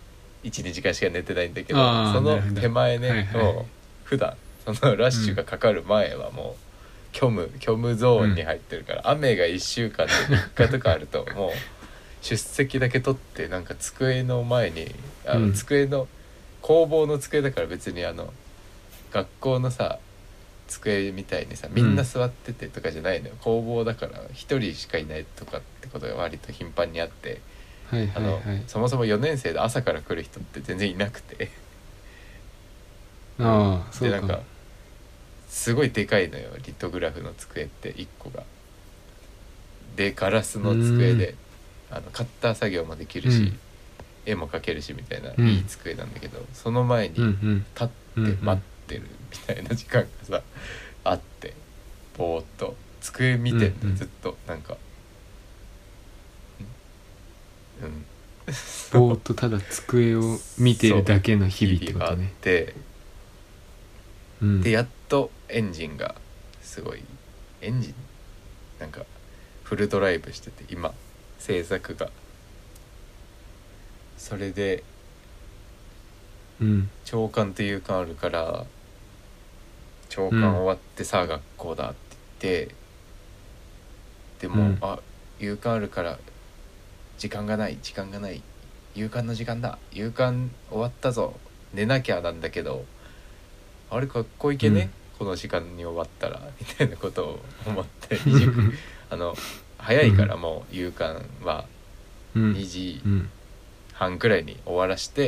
12時間しか寝てないんだけど、 あーその手前ね、 はいはいもう普段そのラッシュがかかる前はもう虚無ゾーンに入ってるから、雨が1週間で3日とかあるともう出席だけ取って、なんか机の前に机の工房の机だから、別に学校のさ机みたいにさみんな座っててとかじゃないのよ、工房だから1人しかいないとかってことが割と頻繁にあって、 はいはいはい、 そもそも4年生で朝から来る人って全然いなくてああそうかも。 でなんかすごいでかいのよ、リトグラフの机って1個が。でガラスの机でカッター作業もできるし、絵も描けるしみたいな、いい机なんだけど、その前に立って待ってるみたいな時間がさあって、ぼーっと机見てんの、ずっとなんかぼーっとただ机を見てるだけの日々ってことね。 でやっとエンジンがすごいなんかフルドライブしてて、今制作がそれで、朝刊と夕刊あるから、朝刊終わってさあ学校だって言って、でも、夕刊あるから時間がない夕刊の時間だ、夕刊終わったぞ、寝なきゃなんだけど、あれ学校行けね、この時間に終わったらみたいなことを思って早いからもう夕刊は2時半くらいに終わらして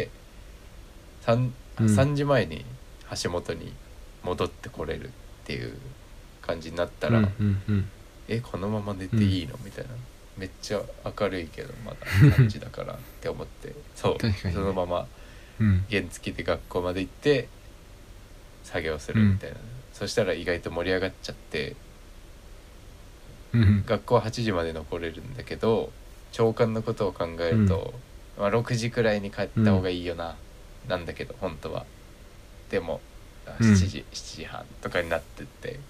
3時前に橋本に戻ってこれるっていう感じになったら、このまま寝ていいのみたいな、めっちゃ明るいけどまだ3時だからって思ってそう、そのまま原付で学校まで行って作業するみたいな、そしたら意外と盛り上がっちゃって、学校は8時まで残れるんだけど、朝刊のことを考えると、6時くらいに帰った方がいいよな、なんだけど本当はでも7時半とかになってって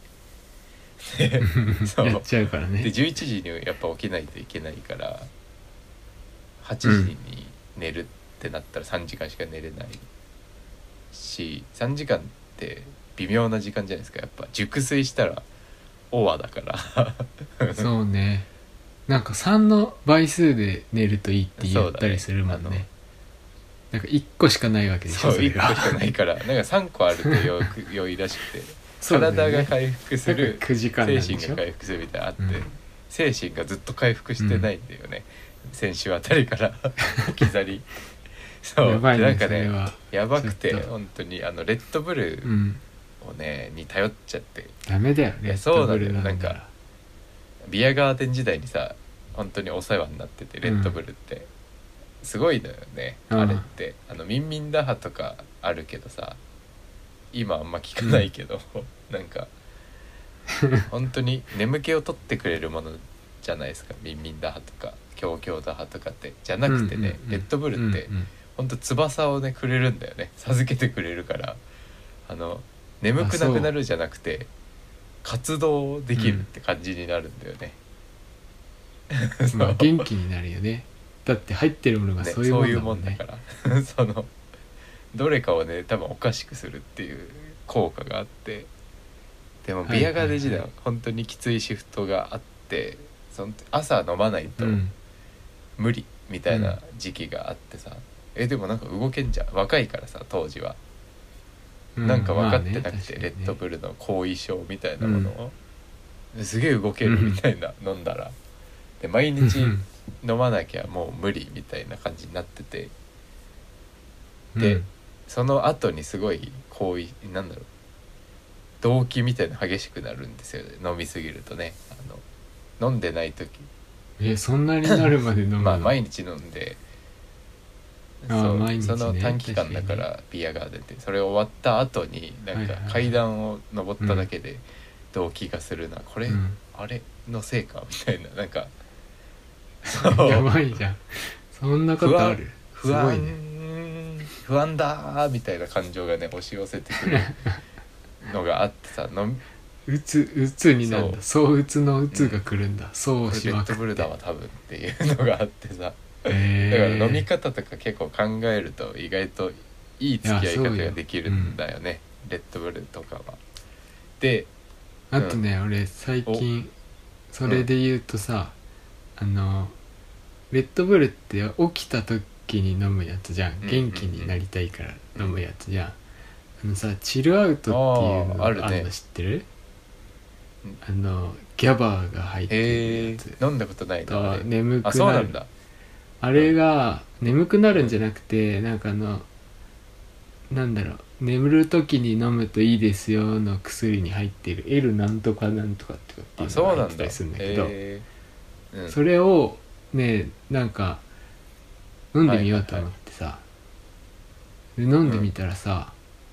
そうやっちゃうからね。 で11時にやっぱ起きないといけないから、8時に寝るってなったら3時間しか寝れないし、3時間って微妙な時間じゃないですか。やっぱ熟睡したらオワだからそうね、なんか3の倍数で寝るといいって言ったりするもんね。なんか1個しかないわけでしょ。 そう1個しかないから、なんか3個あると良いらしくて体が回復する、精神が回復するみたいなあって、精神がずっと回復してないんだよね、先週あたりから置き去りそうやばいね、 なんかねやばくて、本当にレッドブルをね、に頼っちゃって。 ダメだよね。 そうなんだよ。なんかビアガーデン時代にさ、 本当にお世話になっててレッドブルって、すごいのよね、あれってミンミンダハとかあるけどさ、今あんま聞かないけど、なんか本当に眠気を取ってくれるものじゃないですか、ミンミンダハとか強強打ハとかってじゃなくてね、レッドブルって本当翼をねくれるんだよね、授けてくれるから、眠くなくなるじゃなくて活動できるって感じになるんだよね、 まあ元気になるよね。だって入ってるものがそういうもんだもんね。 そういうもんだからどれかをね多分おかしくするっていう効果があって、でもビアガーデ時代は本当にきついシフトがあって、朝飲まないと無理みたいな時期があってさ、でもなんか動けんじゃん、若いからさ当時は、なんか分かってなくて、レッドブルの後遺症みたいなものを、すげえ動けるみたいな、飲んだらで毎日飲まなきゃもう無理みたいな感じになってて、で、その後にすごいなんだろう、動悸みたいな激しくなるんですよね、飲みすぎるとね。飲んでない時そんなになるまで飲むの？ まあ毎日飲んで、 毎日ね、 その短期間だからビアガーデンって、それ終わった後になんか階段を登っただけで動悸がするな、これ、あれのせいかみたいな、なんかやばいじゃん、そんなことある？ 不安だーみたいな感情がね押し寄せてくるのがあってさ、 うつになんだ、そううつのうつが来るんだ、そうしまくって、 レッドブルだわ多分っていうのがあってさ、だから飲み方とか結構考えると意外といい付き合い方ができるんだよね、レッドブルとかは。であとね、俺最近それで言うとさ、レッドブルって起きた時に飲むやつじゃん、元気になりたいから飲むやつじゃん。さチルアウトっていうのがあるの知ってる？ギャバーが入ってるやつ、 飲んだことないな。 眠くなる。 そうなんだ。 あれが眠くなるんじゃなくて、なんかなんだろう、眠る時に飲むといいですよの薬に入っている L なんとかなんとかっていうのが入ってたりするんだけど、それをねなんか飲んでみようと思ってさ、で飲んでみたらさ、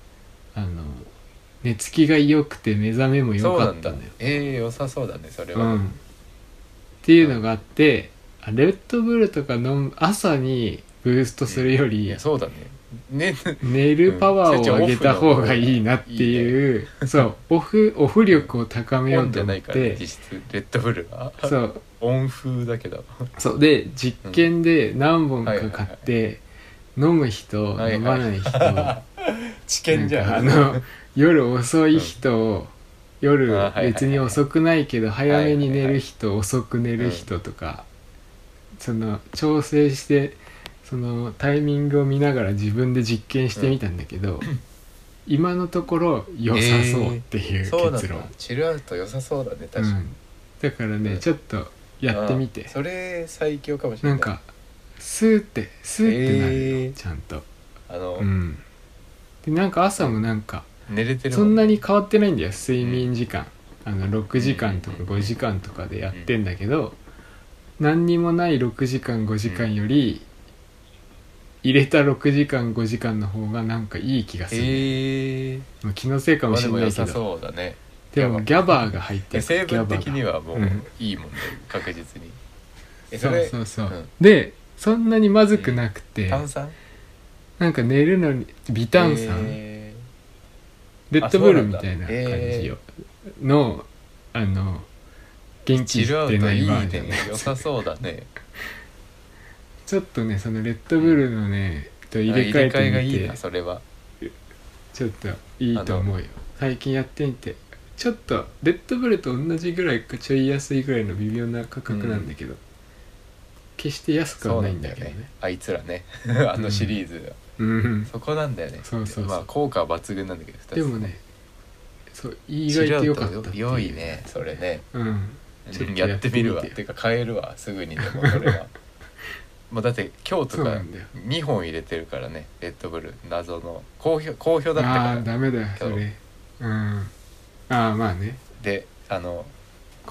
寝つきが良くて目覚めも良かったんだよ。 良さそうだねそれは、 っていうのがあって、レッドブルとか朝にブーストするより、 そうだね、 寝るパワーを上げた方がいいなっていう、そうオフ力を高めようと思って、 実質レッドブルはそう温風だけど、 そうで実験で何本か買って、飲む人、飲まない人知見じゃん。 夜遅い人、夜別に遅くないけど早めに寝る人、遅く寝る人とか、その調整してそのタイミングを見ながら自分で実験してみたんだけど、今のところ良さそうっていう結論。 そうなんだ、チルアウト良さそうだね確かに、 だからね、ちょっとやってみて。 それ最強かもしれない。 なんかスーってなるよ、ちゃんと。でなんか朝もなんか寝れてるそんなに変わってないんだよ、睡眠時間。6時間とか5時間とかでやってんだけど、何にもない6時間5時間より入れた6時間5時間の方がなんかいい気がする、まあ、気のせいかもしれないけど、 そうだね。 でもギャバーが入ってる、 成分的にはもういいもんね、確実に。 そう、でそんなにまずくなくて、 炭酸なんか寝るのに微炭酸、レッドブルみたいな感じよ、の元気出ないバージョンのやつ。 良さそうだね。 ちょっとねそのレッドブルのねと入れ替えてみて、 入れ替えがいいなそれは。 ちょっといいと思うよ。最近やってみて、ちょっとレッドブルと同じぐらいかちょい安いぐらいの微妙な価格なんだけど、決して安くはないんだけど ね、 あいつらねシリーズが、そこなんだよね。 そう、 まあ効果は抜群なんだけど、 でもね、そう意外と良かったっていう。 良いねそれね。 ちょっとやってみるわ。てか買えるわすぐにでもそれは。もうだって今日とか2本入れてるからね、レッドブル謎の好評だったから。 ダメだよそれ。まあね。 で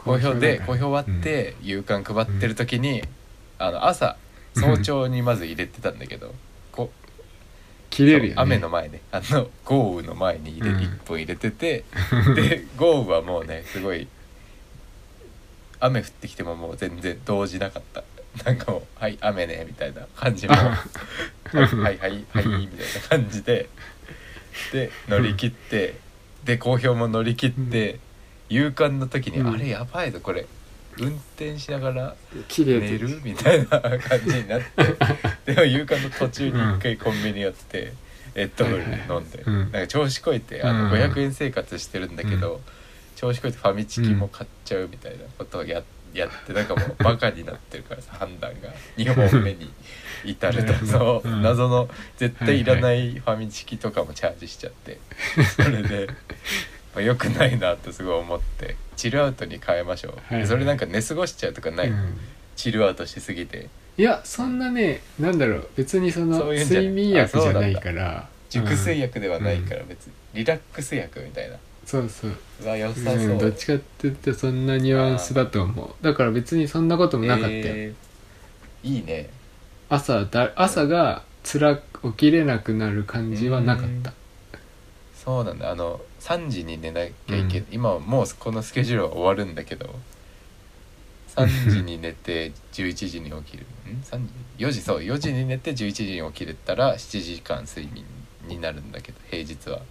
公表で公だから表終わって夕刊配ってる時に、朝早朝にまず入れてたんだけど、こ切れるよね。 雨の前ね、豪雨の前に1本入れててで豪雨はもうねすごい雨降ってきてももう全然動じなかった。なんかもうはい雨ねみたいな感じもはいはいはいはいみたいな感じで乗り切って、で好評も乗り切って、夕刊の時に、あれやばいぞこれ運転しながら寝るみたいな感じになってでも夕刊の途中に一回コンビニ寄ってレッドブル飲んで、なんか調子こいて500円生活してるんだけど、調子こいてファミチキも買っちゃうみたいなことをやってなんかもうバカになってるからさ判断が2本目に至るとそう謎の絶対いらないファミチキとかもチャージしちゃって、それで良くないなってすごい思ってチルアウトに変えましょう、それなんか寝過ごしちゃうとかない、チルアウトしすぎて。 いやそんなね、なんだろう、別にその睡眠薬じゃないから、 熟睡薬ではないから別にリラックス薬みたいな。 そうそう、 良さそう、 どっちかって言ってそんなニュアンスだと思う。だから別にそんなこともなかったよ、 いいね。 朝が起きれなくなる感じはなかった。 そうなんだ。3時に寝なきゃいけない、今はもうこのスケジュールは終わるんだけど、3時に寝て11時に起きる4時に寝て11時に起きれたら7時間睡眠になるんだけど、平日は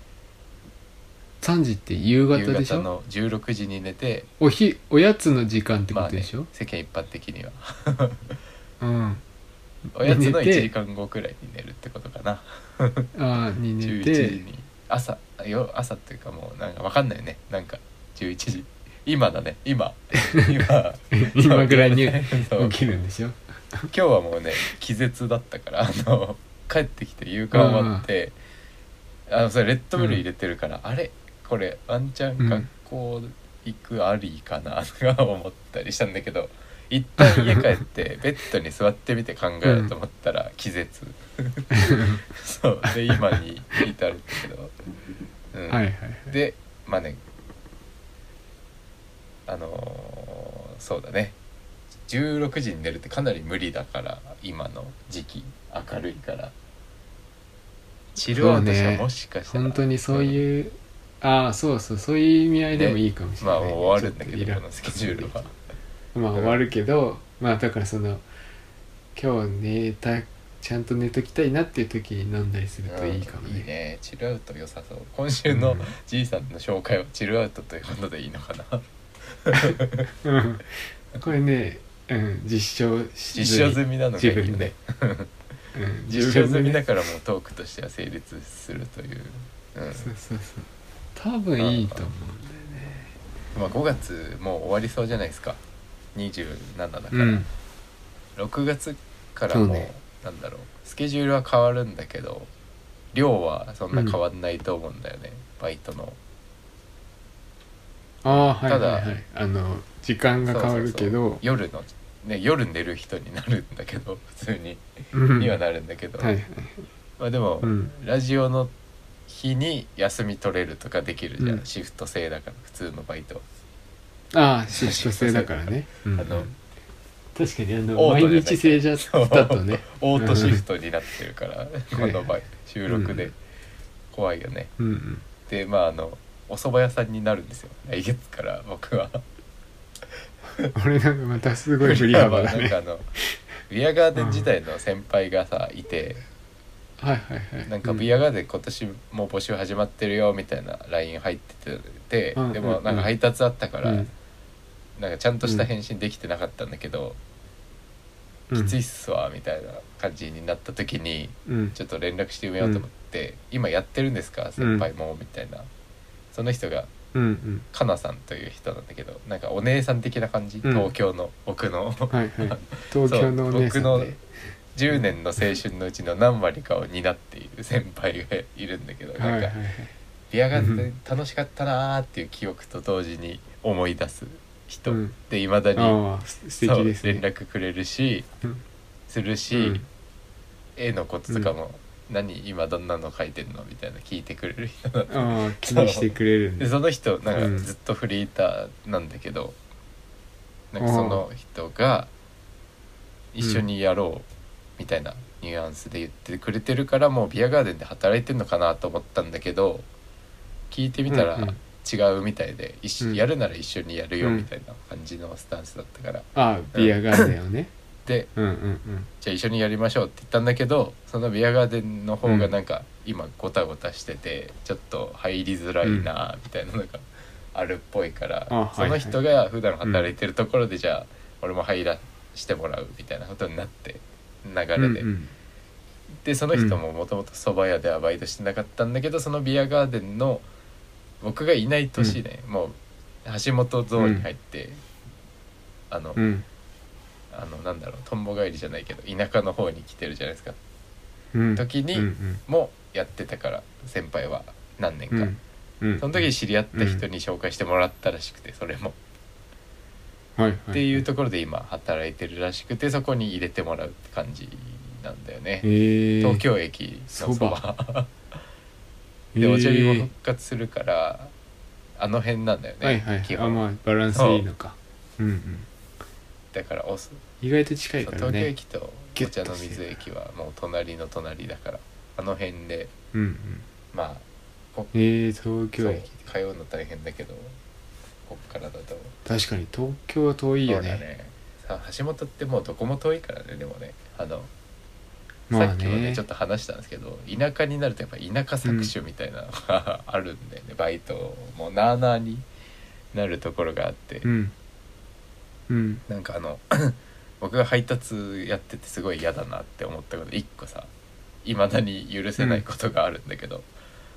3時って夕方でしょ。 夕方の16時に寝ておやつの時間ってことでしょ、 世間一般的にはおやつの1時間後くらいに寝るってことかなに寝て 11時に朝っていうかもうなんか分かんないよね、なんか11時今だね今ぐらいに起きるんでしょ今日はもうね気絶だったから帰ってきて夕刊終わってそれレッドブル入れてるから、あれこれワンチャン学校行くありかなとか思ったりしたんだけど、一旦家帰ってベッドに座ってみて考えようと思ったら気絶そうで今に至るんだけど、でまあねそうだね16時に寝るってかなり無理だから、今の時期明るいからチルアウトしたらもしかしたら、 本当にそういう、そういう意味合いでもいいかもしれない、 まあもう終わるんだけどこのスケジュールはまあ終わるけど、まあだからその今日ちゃんと寝ときたいなっていう時に飲んだりするといいかもね。 いいね、チルアウト良さそう。今週のじいさんの紹介はチルアウトということでいいのかなこれね、実証済みなのがいいよね実証済みだからもうトークとしては成立するという、 そう多分いいと思うんだよね。 まあ5月もう終わりそうじゃないですか、27だから、6月からもうなんだろう、スケジュールは変わるんだけど量はそんな変わんないと思うんだよね、バイトの。 ただ時間が変わるけど、 夜寝る人になるんだけど普通ににはなるんだけど、まあでも、ラジオの日に休み取れるとかできるじゃん、シフト制だから普通のバイト。 シフト制だからね。確かに毎日制だとねオートシフトになってるからこの場合収録で怖いよね。でまあお蕎麦屋さんになるんですよ来月から僕は俺なんかまたすごい振り幅だね。 なんかビアガーデン時代の先輩がさいて、なんかビアガーデン今年もう募集始まってるよみたいな LINE 入ってて、でもなんか配達あったから、なんかちゃんとした返信できてなかったんだけど、きついっすわみたいな感じになった時に、ちょっと連絡してみようと思って、今やってるんですか先輩もみたいな。その人がかなさんという人なんだけど、なんかお姉さん的な感じ、東京の僕の東京のお姉さんで、 僕の10年の青春のうちの何割かを担っている先輩がいるんだけど、なんかビアガーデン楽しかったなーっていう記憶と同時に思い出す人で、いまだに素敵ですね、 連絡くれるし、するし、絵のこととかも、今どんなの描いてんのみたいな聞いてくれる人だった。 気にしてくれるんでその人なんかずっとフリーターなんだけど、 なんかその人が一緒にやろうみたいなニュアンスで言ってくれてるから、もうビアガーデンで働いてんのかなと思ったんだけど、聞いてみたら違うみたいで、やるなら一緒にやるよみたいな感じのスタンスだったから、 あビアガーデンをねで、じゃあ一緒にやりましょうって言ったんだけど、そのビアガーデンの方がなんか今ゴタゴタしててちょっと入りづらいなみたいなのがあるっぽいから、その人が普段働いてるところでじゃあ俺も入らしてもらうみたいなことになって流れで、でその人ももともと蕎麦屋ではバイトしてなかったんだけど、そのビアガーデンの僕がいない年ね、もう橋本ゾーンに入って、なんだろう、とんぼ返りじゃないけど田舎の方に来てるじゃないですか、時にもやってたから、先輩は何年か、その時に知り合った人に紹介してもらったらしくて、それも、っていうところで今働いてるらしくて、そこに入れてもらうって感じなんだよね、東京駅のそばでお茶日も復活するからあの辺なんだよね、基本。 まあバランスいいのか。 だから意外と近いからね。 東京駅とお茶の水駅はもう隣の隣だから、あの辺で、まあ東京駅通うの大変だけど、こっからだと確かに東京は遠いよね。 そうだね。さあ橋本ってもうどこも遠いからね。でもね、 まあね、 さっきもねちょっと話したんですけど、田舎になるとやっぱ田舎搾取みたいなのがあるんでね、バイトもなあなあになるところがあって、なんか僕が配達やっててすごい嫌だなって思ったこと一個さ、未だに許せないことがあるんだけど、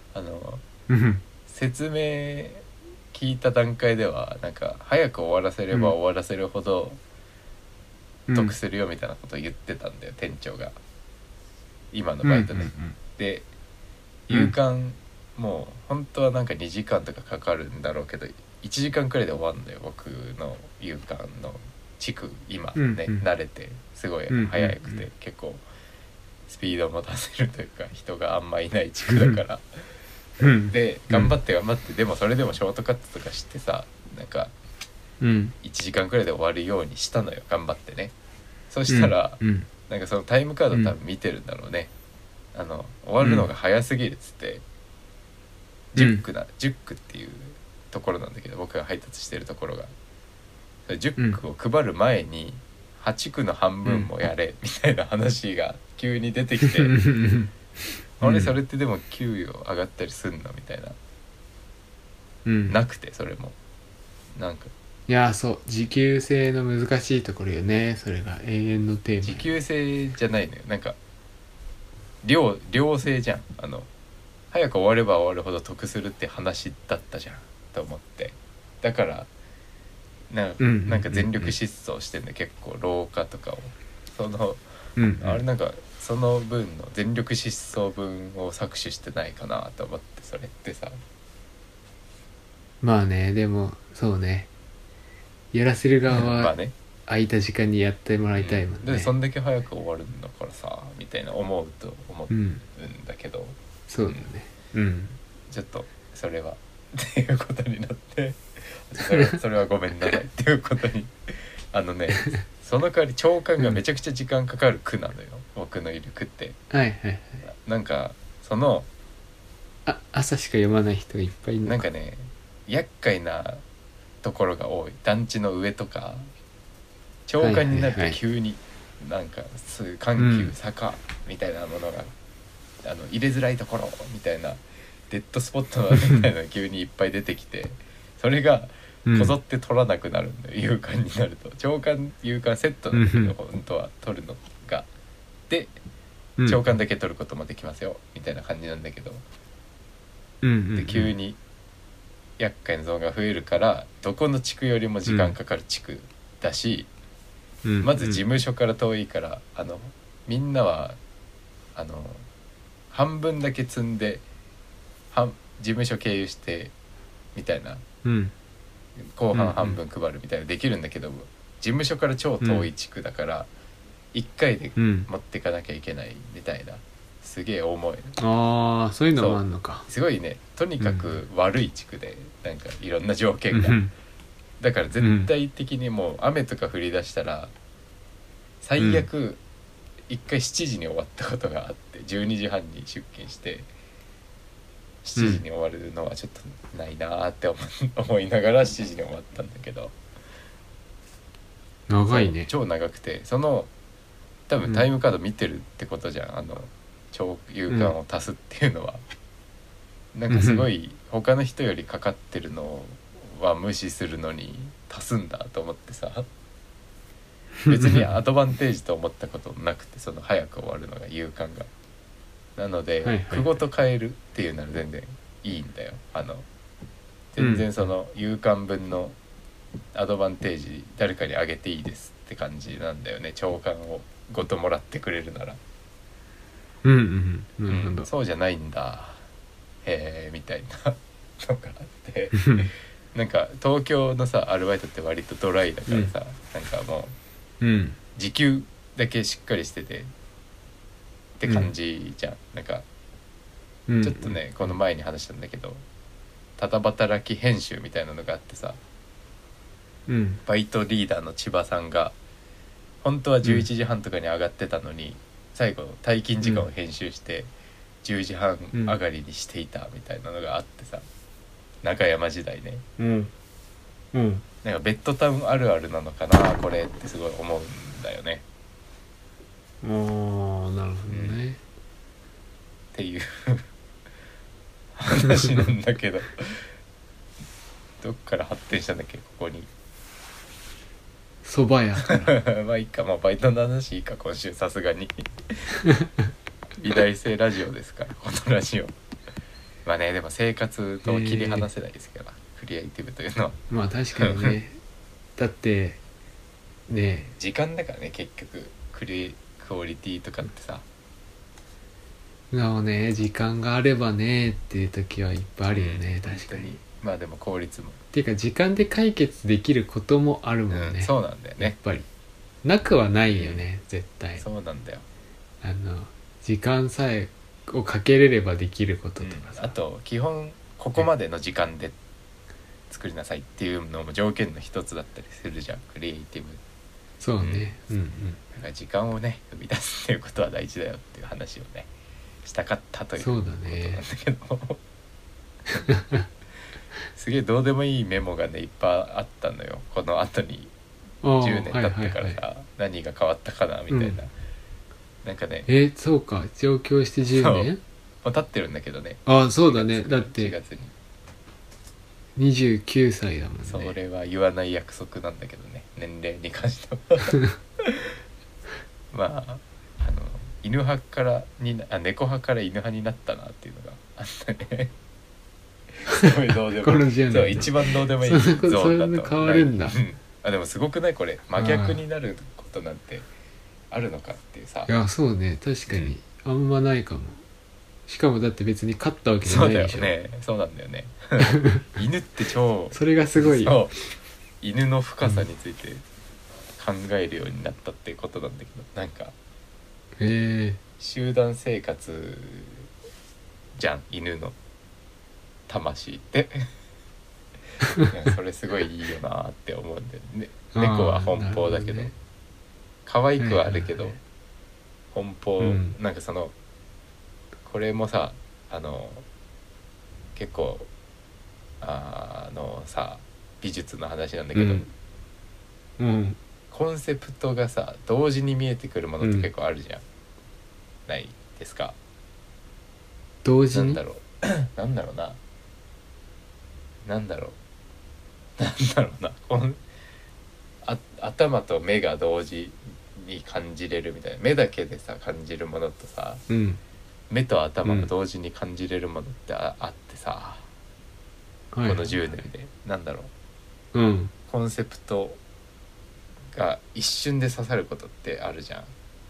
説明聞いた段階ではなんか早く終わらせれば終わらせるほど得するよみたいなことを言ってたんだよ、店長が。今のバイトね、で夕刊もう本当はなんか2時間とかかかるんだろうけど1時間くらいで終わるんだよ、僕の夕刊の地区今ね、慣れてすごい早くて、結構スピードも出せるというか人があんまいない地区だからで頑張ってでもそれでもショートカットとかしてさ、なんか1時間くらいで終わるようにしたのよ、頑張ってね。そしたら、なんかそのタイムカード多分見てるんだろうね、終わるのが早すぎるっつって、10区っていうところなんだけど、僕が配達してるところが10区を配る前に8区の半分もやれみたいな話が急に出てきて、あれそれってでも給与上がったりすんのみたいな、なくて、それもなんかいやそう時給制の難しいところよね、それが永遠のテーマ。 時給制じゃないのよ、なんか量制じゃん。早く終われば終わるほど得するって話だったじゃんと思って、だからなんか全力疾走してんだ、結構廊下とかをあれなんかその分の全力疾走分を搾取してないかなと思って、それってさ、 まあね、でもそうね、やらせる側まあはね、 空いた時間にやってもらいたいもんね、 でそんだけ早く終わるんだからさみたいな思うんだけど、 そうだね、 ちょっとそれはっていうことになってそれはごめんなさいっていうことにその代わり朝刊がめちゃくちゃ時間かかる区なのよ、僕のいる区って。なんか朝しか読まない人がいっぱいいるのか。 なんかね、厄介なところが多い。団地の上とか朝刊になると急になんか緩急坂みたいなものが、入れづらいところみたいなデッドスポットみたいなのが急にいっぱい出てきてそれがこぞって取らなくなるんだよ、夕刊になると。朝刊夕刊セットなんだけど、本当は取るのがで朝刊だけ取ることもできますよみたいな感じなんだけど、で急に厄介なゾーンが増えるから、どこの地区よりも時間かかる地区だし、まず事務所から遠いから、みんなは半分だけ積んで事務所経由してみたいな、後半半分配るみたいなできるんだけど、事務所から超遠い地区だから1回で持ってかなきゃいけないみたいな、すげえ重い。 そういうのもあんのか。 すごいね、とにかく悪い地区で、なんかいろんな条件がだから絶対的にもう雨とか降り出したら最悪一回7時に終わったことがあって12時半に出勤して7時に終わるのはちょっとないなーって思いながら7時に終わったんだけど、 長いね。 超長くて、その多分タイムカード見てるってことじゃん、超有感を足すっていうのは、なんかすごい他の人よりかかってるのは無視するのに足すんだと思ってさ、別にアドバンテージと思ったことなくて、その早く終わるのが有感がなので、 はいはいはい区ごと変えるっていうなら全然いいんだよ。全然その有感分のアドバンテージ誰かにあげていいですって感じなんだよね。長官をごともらってくれるなら。 うんうんうん、なるほど。 そうじゃないんだへえみたいなのがあってなんか東京のさアルバイトって割とドライだからさ、なんかもう時給だけしっかりしててって感じじゃん、なんかちょっとね、この前に話したんだけど、ただ働き編集みたいなのがあってさ、バイトリーダーの千葉さんが本当は11時半とかに上がってたのに、最後退勤時間を編集して10時半上がりにしていたみたいなのがあってさ、中山時代ね、なんかベッドタウンあるあるなのかなこれってすごい思うんだよね。 ああ、なるほどね、 っていう話なんだけどどっから発展したんだっけここに。 蕎麦屋からまあいいか、まあバイトの話いいか今週さすがに美大生ラジオですからこのラジオ。まあね、でも生活と切り離せないですけど、クリエイティブというのはまあ確かにねだってね時間だからね結局クオリティとかってさ。 そうね、時間があればねっていう時はいっぱいあるよね、確かに。 まあでも効率もっていうか時間で解決できることもあるもんね、 そうなんだよね、 やっぱりなくはないよね、絶対。 そうなんだよ。 時間さえをかけれればできることとかさ、 あと基本ここまでの時間で作りなさいっていうのも条件の一つだったりするじゃん、クリエイティブ。 そうね、 だから時間をね生み出すっていうことは大事だよっていう話をねしたかったということなんだけどすげえどうでもいいメモがねいっぱいあったのよ、この後に10年経ってからさ、何が変わったかなみたいな、なんかねそうか、上京して10年もう経ってるんだけどね。 そうだね、だって 4月に 29歳だもんね。 それは言わない約束なんだけどね、年齢に関してはまあ犬派から猫派から犬派になったなっていうのがあったねすごいどうでもこの10年そう一番どうでもいいゾーンだと変わるんだ、 でもすごくないこれ、真逆になることなんてあるのかっていうさ。 いやそうね、確かに、あんまないかも。しかもだって別に勝ったわけじゃないでしょ。 そうだよね、そうなんだよね犬って超それがすごいよ。 犬の深さについて考えるようになったってことなんだけど、なんか集団生活じゃん犬の魂ってそれすごいいいよなって思うんだよね。猫は奔放だけど、可愛くはあるけど、奔放、なんかこれもさ結構さ美術の話なんだけど、コンセプトがさ同時に見えてくるものって結構あるじゃん、ないですか。 同時になんだろうな頭と目が同時に感じれるみたいな。目だけでさ感じるものとさ、目と頭が同時に感じれるものってあってさ、この10年でなんだろう、コンセプトが一瞬で刺さることってあるじゃん。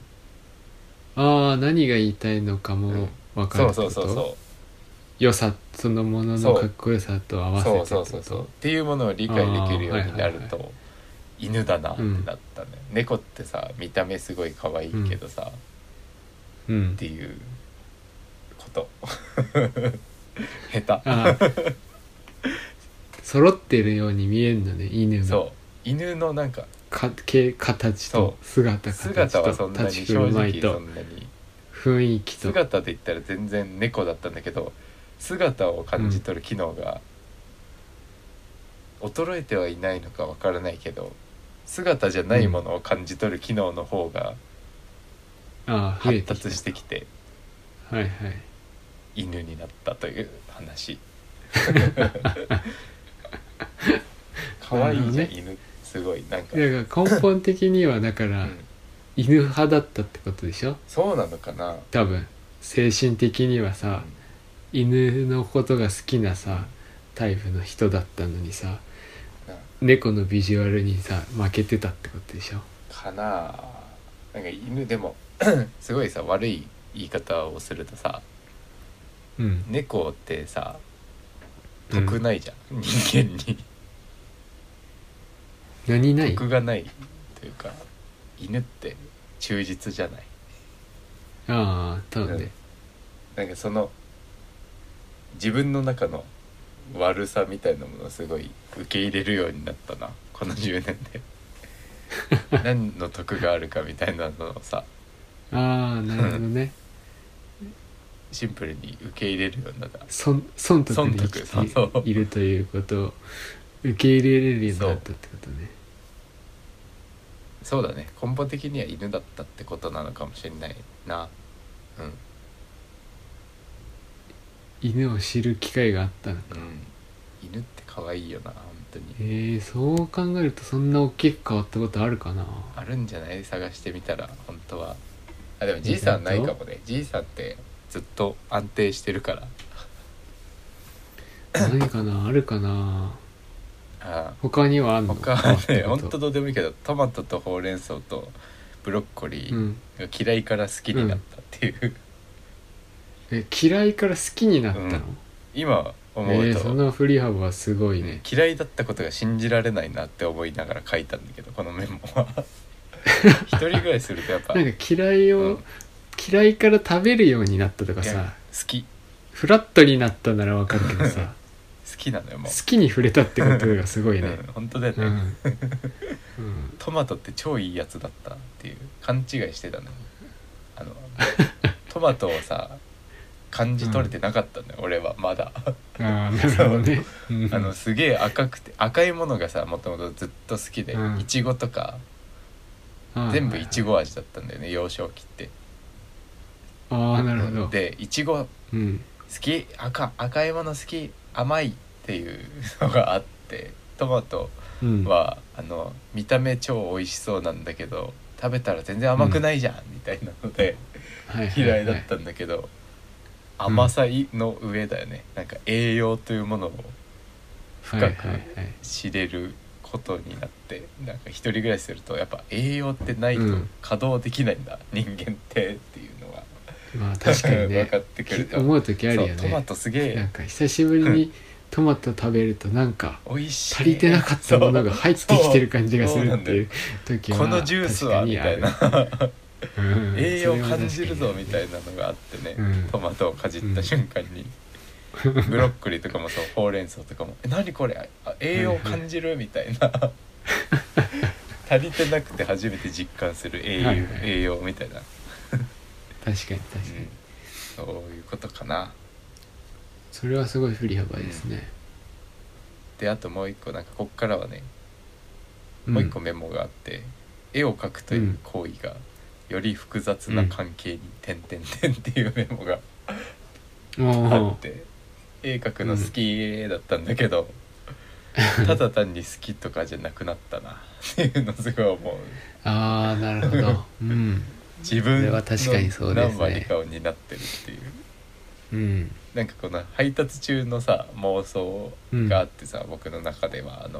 何が言いたいのかも分かるってこと、 そう良さ、そのもののかっこよさと合わせてってこと、 そうっていうものを理解できるようになると、犬だなってなったね、猫ってさ見た目すごい可愛いけどさ、っていうこと下手揃ってるように見えるのね、犬が。 そう犬のなんか形と姿はそんなに立ち振る舞いとそんなに雰囲気と。 姿で言ったら全然猫だったんだけど、姿を感じ取る機能が衰えてはいないのかわからないけど、姿じゃないものを感じ取る機能の方が発達してきて、 はいはい、 犬になったという話。可愛いじゃん、犬すごいなんか。 だから根本的にはだから、犬派だったってことでしょ。 そうなのかな多分精神的にはさ、犬のことが好きなさタイプの人だったのにさ、猫のビジュアルにさ負けてたってことでしょ。 かな。なんか犬でもすごいさ悪い言い方をするとさ、猫ってさ得ないじゃん、人間に。 何ない？ 得がないというか、犬って忠実じゃない。 ああ多分ね、 なんかその自分の中の悪さみたいなものをすごい受け入れるようになったな、この10年で。何の得があるかみたいなのをさ、 ああなるほどね。 シンプルに受け入れるようになった。 損得で生きそうているということを受け入れれるようになったってことね。 そうだね、根本的には犬だったってことなのかもしれないな。 犬を知る機会があったのか。 犬って可愛いよな本当に。 そう考えるとそんな大きく変わったことあるかな。 あるんじゃない？探してみたら本当は。あでもじいさんないかもね。じいさんってずっと安定してるから。 何かな、あるかな。 あ他にはあんの？ 他はね本当どうでもいいけど、トマトとほうれん草とブロッコリーが嫌いから好きになったっていう、 嫌いから好きになったの？ 今思うと、 その振り幅はすごいね。 嫌いだったことが信じられないなって思いながら書いたんだけど、このメモは。一人暮らしするとやっぱなんか嫌いから食べるようになったとかさ、 好きフラットになったならわかるけどさ好きなのよもう。 好きに触れたってことがすごいね。 本当だよね、トマトって超いいやつだったっていう勘違いしてたのよ。トマトをさ感じ取れてなかったんだよ、俺はまだ。 なるほどね。 すげえ赤くて赤いものがさもともとずっと好きで、いちごとか全部いちご味だったんだよね、幼少期って。 なるほど。 でいちご好き、赤いもの好き、甘いっていうのがあって、トマトは、見た目超美味しそうなんだけど食べたら全然甘くないじゃん、みたいなので嫌いだったんだけど、甘さの上だよね。なんか栄養というものを深く知れることになって、なんか一人暮らしするとやっぱ栄養ってないと稼働できないんだ、人間ってっていうのがまあ確かにね分かってくると思う時あるよね。 トマトすげえなんか久しぶりにトマト食べるとなんか美味しい、 足りてなかったものが入ってきてる感じがするっていう時はこのジュースはみたいな栄養感じるぞみたいなのがあってね、トマトをかじった瞬間に、ブロッコリーとかもそう、ほうれん草とかも何これ栄養感じるみたいな足りてなくて初めて実感する栄養みたいな確かに、 そういうことかな。 それはすごい振り幅ですね。 であともう一個、なんかこっからはね、もう一個メモがあって、絵を描くという行為がより複雑な関係に点々点っていうメモがあって、絵描くの好きだったんだけど、ただ単に好きとかじゃなくなったなっていうのすごい思う。 なるほど。 自分の何割かを担ってるっていう、なんかこの配達中のさ妄想があってさ、僕の中では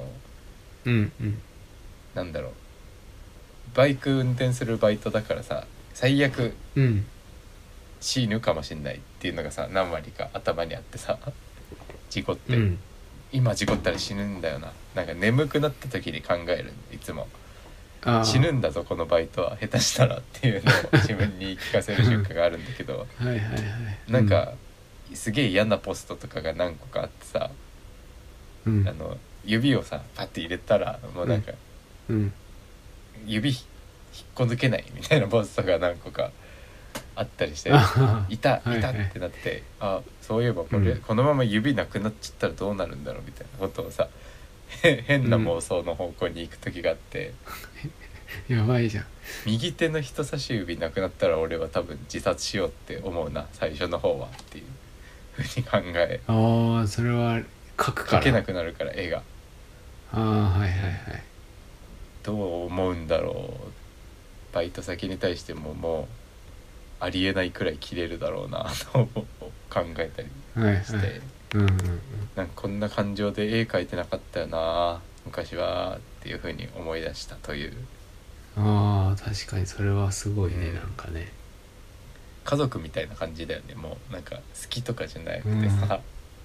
なんだろう、バイク運転するバイトだからさ、最悪死ぬかもしんないっていうのがさ何割か頭にあってさ、事故って、今事故ったら死ぬんだよな、なんか眠くなった時に考える、いつも死ぬんだぞこのバイトは下手したらっていうのを自分に聞かせる瞬間があるんだけどなんかすげえ嫌なポストとかが何個かあってさ、 うん指をさパッて入れたらもうなんか、 うん指引っこ抜けないみたいなボスとか何個かあったりしてあいたはいはいってなって、あそういえばこれ、 うんこのまま指なくなっちゃったらどうなるんだろうみたいなことをさ変な妄想の方向に行く時があって、 やばいじゃん。 右手の人差し指なくなったら俺は多分自殺しようって思うな最初の方はっていうふうに考え、 ああそれは書くから描けなくなるから絵がああはいはいはいどう思うんだろう。バイト先に対してももうありえないくらい切れるだろうなと考えたりはいはいして、 うんうんなんかこんな感情で絵描いてなかったよな昔はっていうふうに思い出したという。 ああ確かにそれはすごいね、 うんなんかね家族みたいな感じだよね。もうなんか好きとかじゃなくてさ、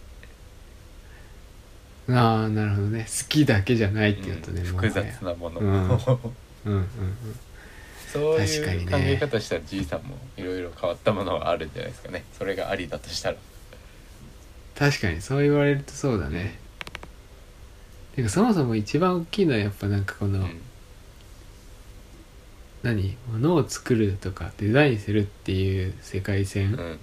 ああなるほどね好きだけじゃないっていうとね、もは複や雑なもの、 うんうんうんそう確かにねいう考え方したらじいさんもいろいろ変わったものがあるんじゃないですかね。それがありだとしたら。 確かにそう言われるとそうだね、てかそもそも一番大きいのはやっぱなんかこの、 うん何物を作るとかデザインするっていう世界う線ん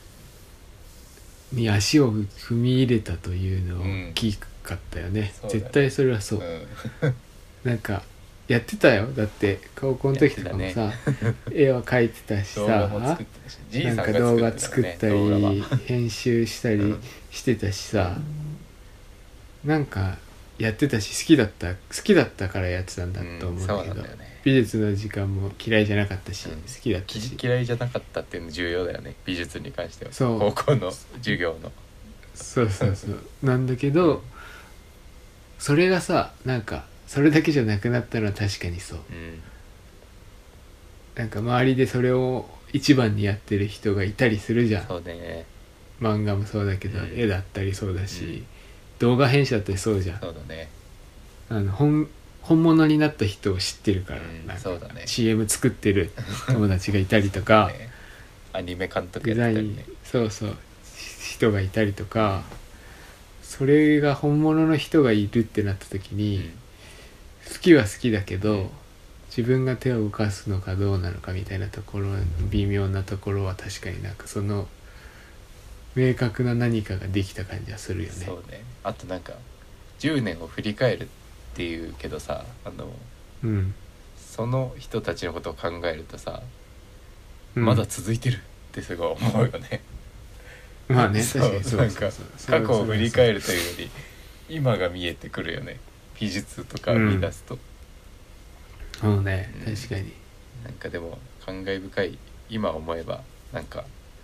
に足を踏み入れたというのは大きかったよね、 そうだね絶対それはそう、 うんなんかやってたよだって高校の時とかもさ、絵は描いてたし動画もさ作ってたしじいなんかさんが動画作作っってたたね動画はり編集したりしてたしさ、なんかやってたし好きだったからやってたんだと思うんだそうけど、 なんだよね。 美術の時間も嫌いじゃなかったし、 うん好きだったし嫌いじゃなかったっていうの重要だよね美術に関しては。 そう高校の授業のそうそうそうなんだけど、それがさなんかそれだけじゃなくなったのは確かにそう、 うんなんか周りでそれを一番にやってる人がいたりするじゃん。 そうね漫画もそうだけど、 うん絵だったりそうだし、 うん動画編集だったりそうじゃん。 そうだね本物になった人を知ってるから、 うんなんかそうだね CM 作ってる友達がいたりとかねアニメ監督デザインやってたりね。 そうそう人がいたりとか、それが本物の人がいるってなった時に、好きは好きだけど、自分が手を動かすのかどうなのかみたいなところ微妙なところは確かになんかその明確な何かができた感じはするよね。 そうね。あとなんか10年を振り返るっていうけどさうん、 その人たちのことを考えるとさ、 うん、 まだ続いてるってすごい思うよね。 まあねそう確かにそうなんかそう過去を振り返るというより今が見えてくるよね。美術とか見出すと、 そうね、 うん確かになんかでも感慨深い今思えばなんか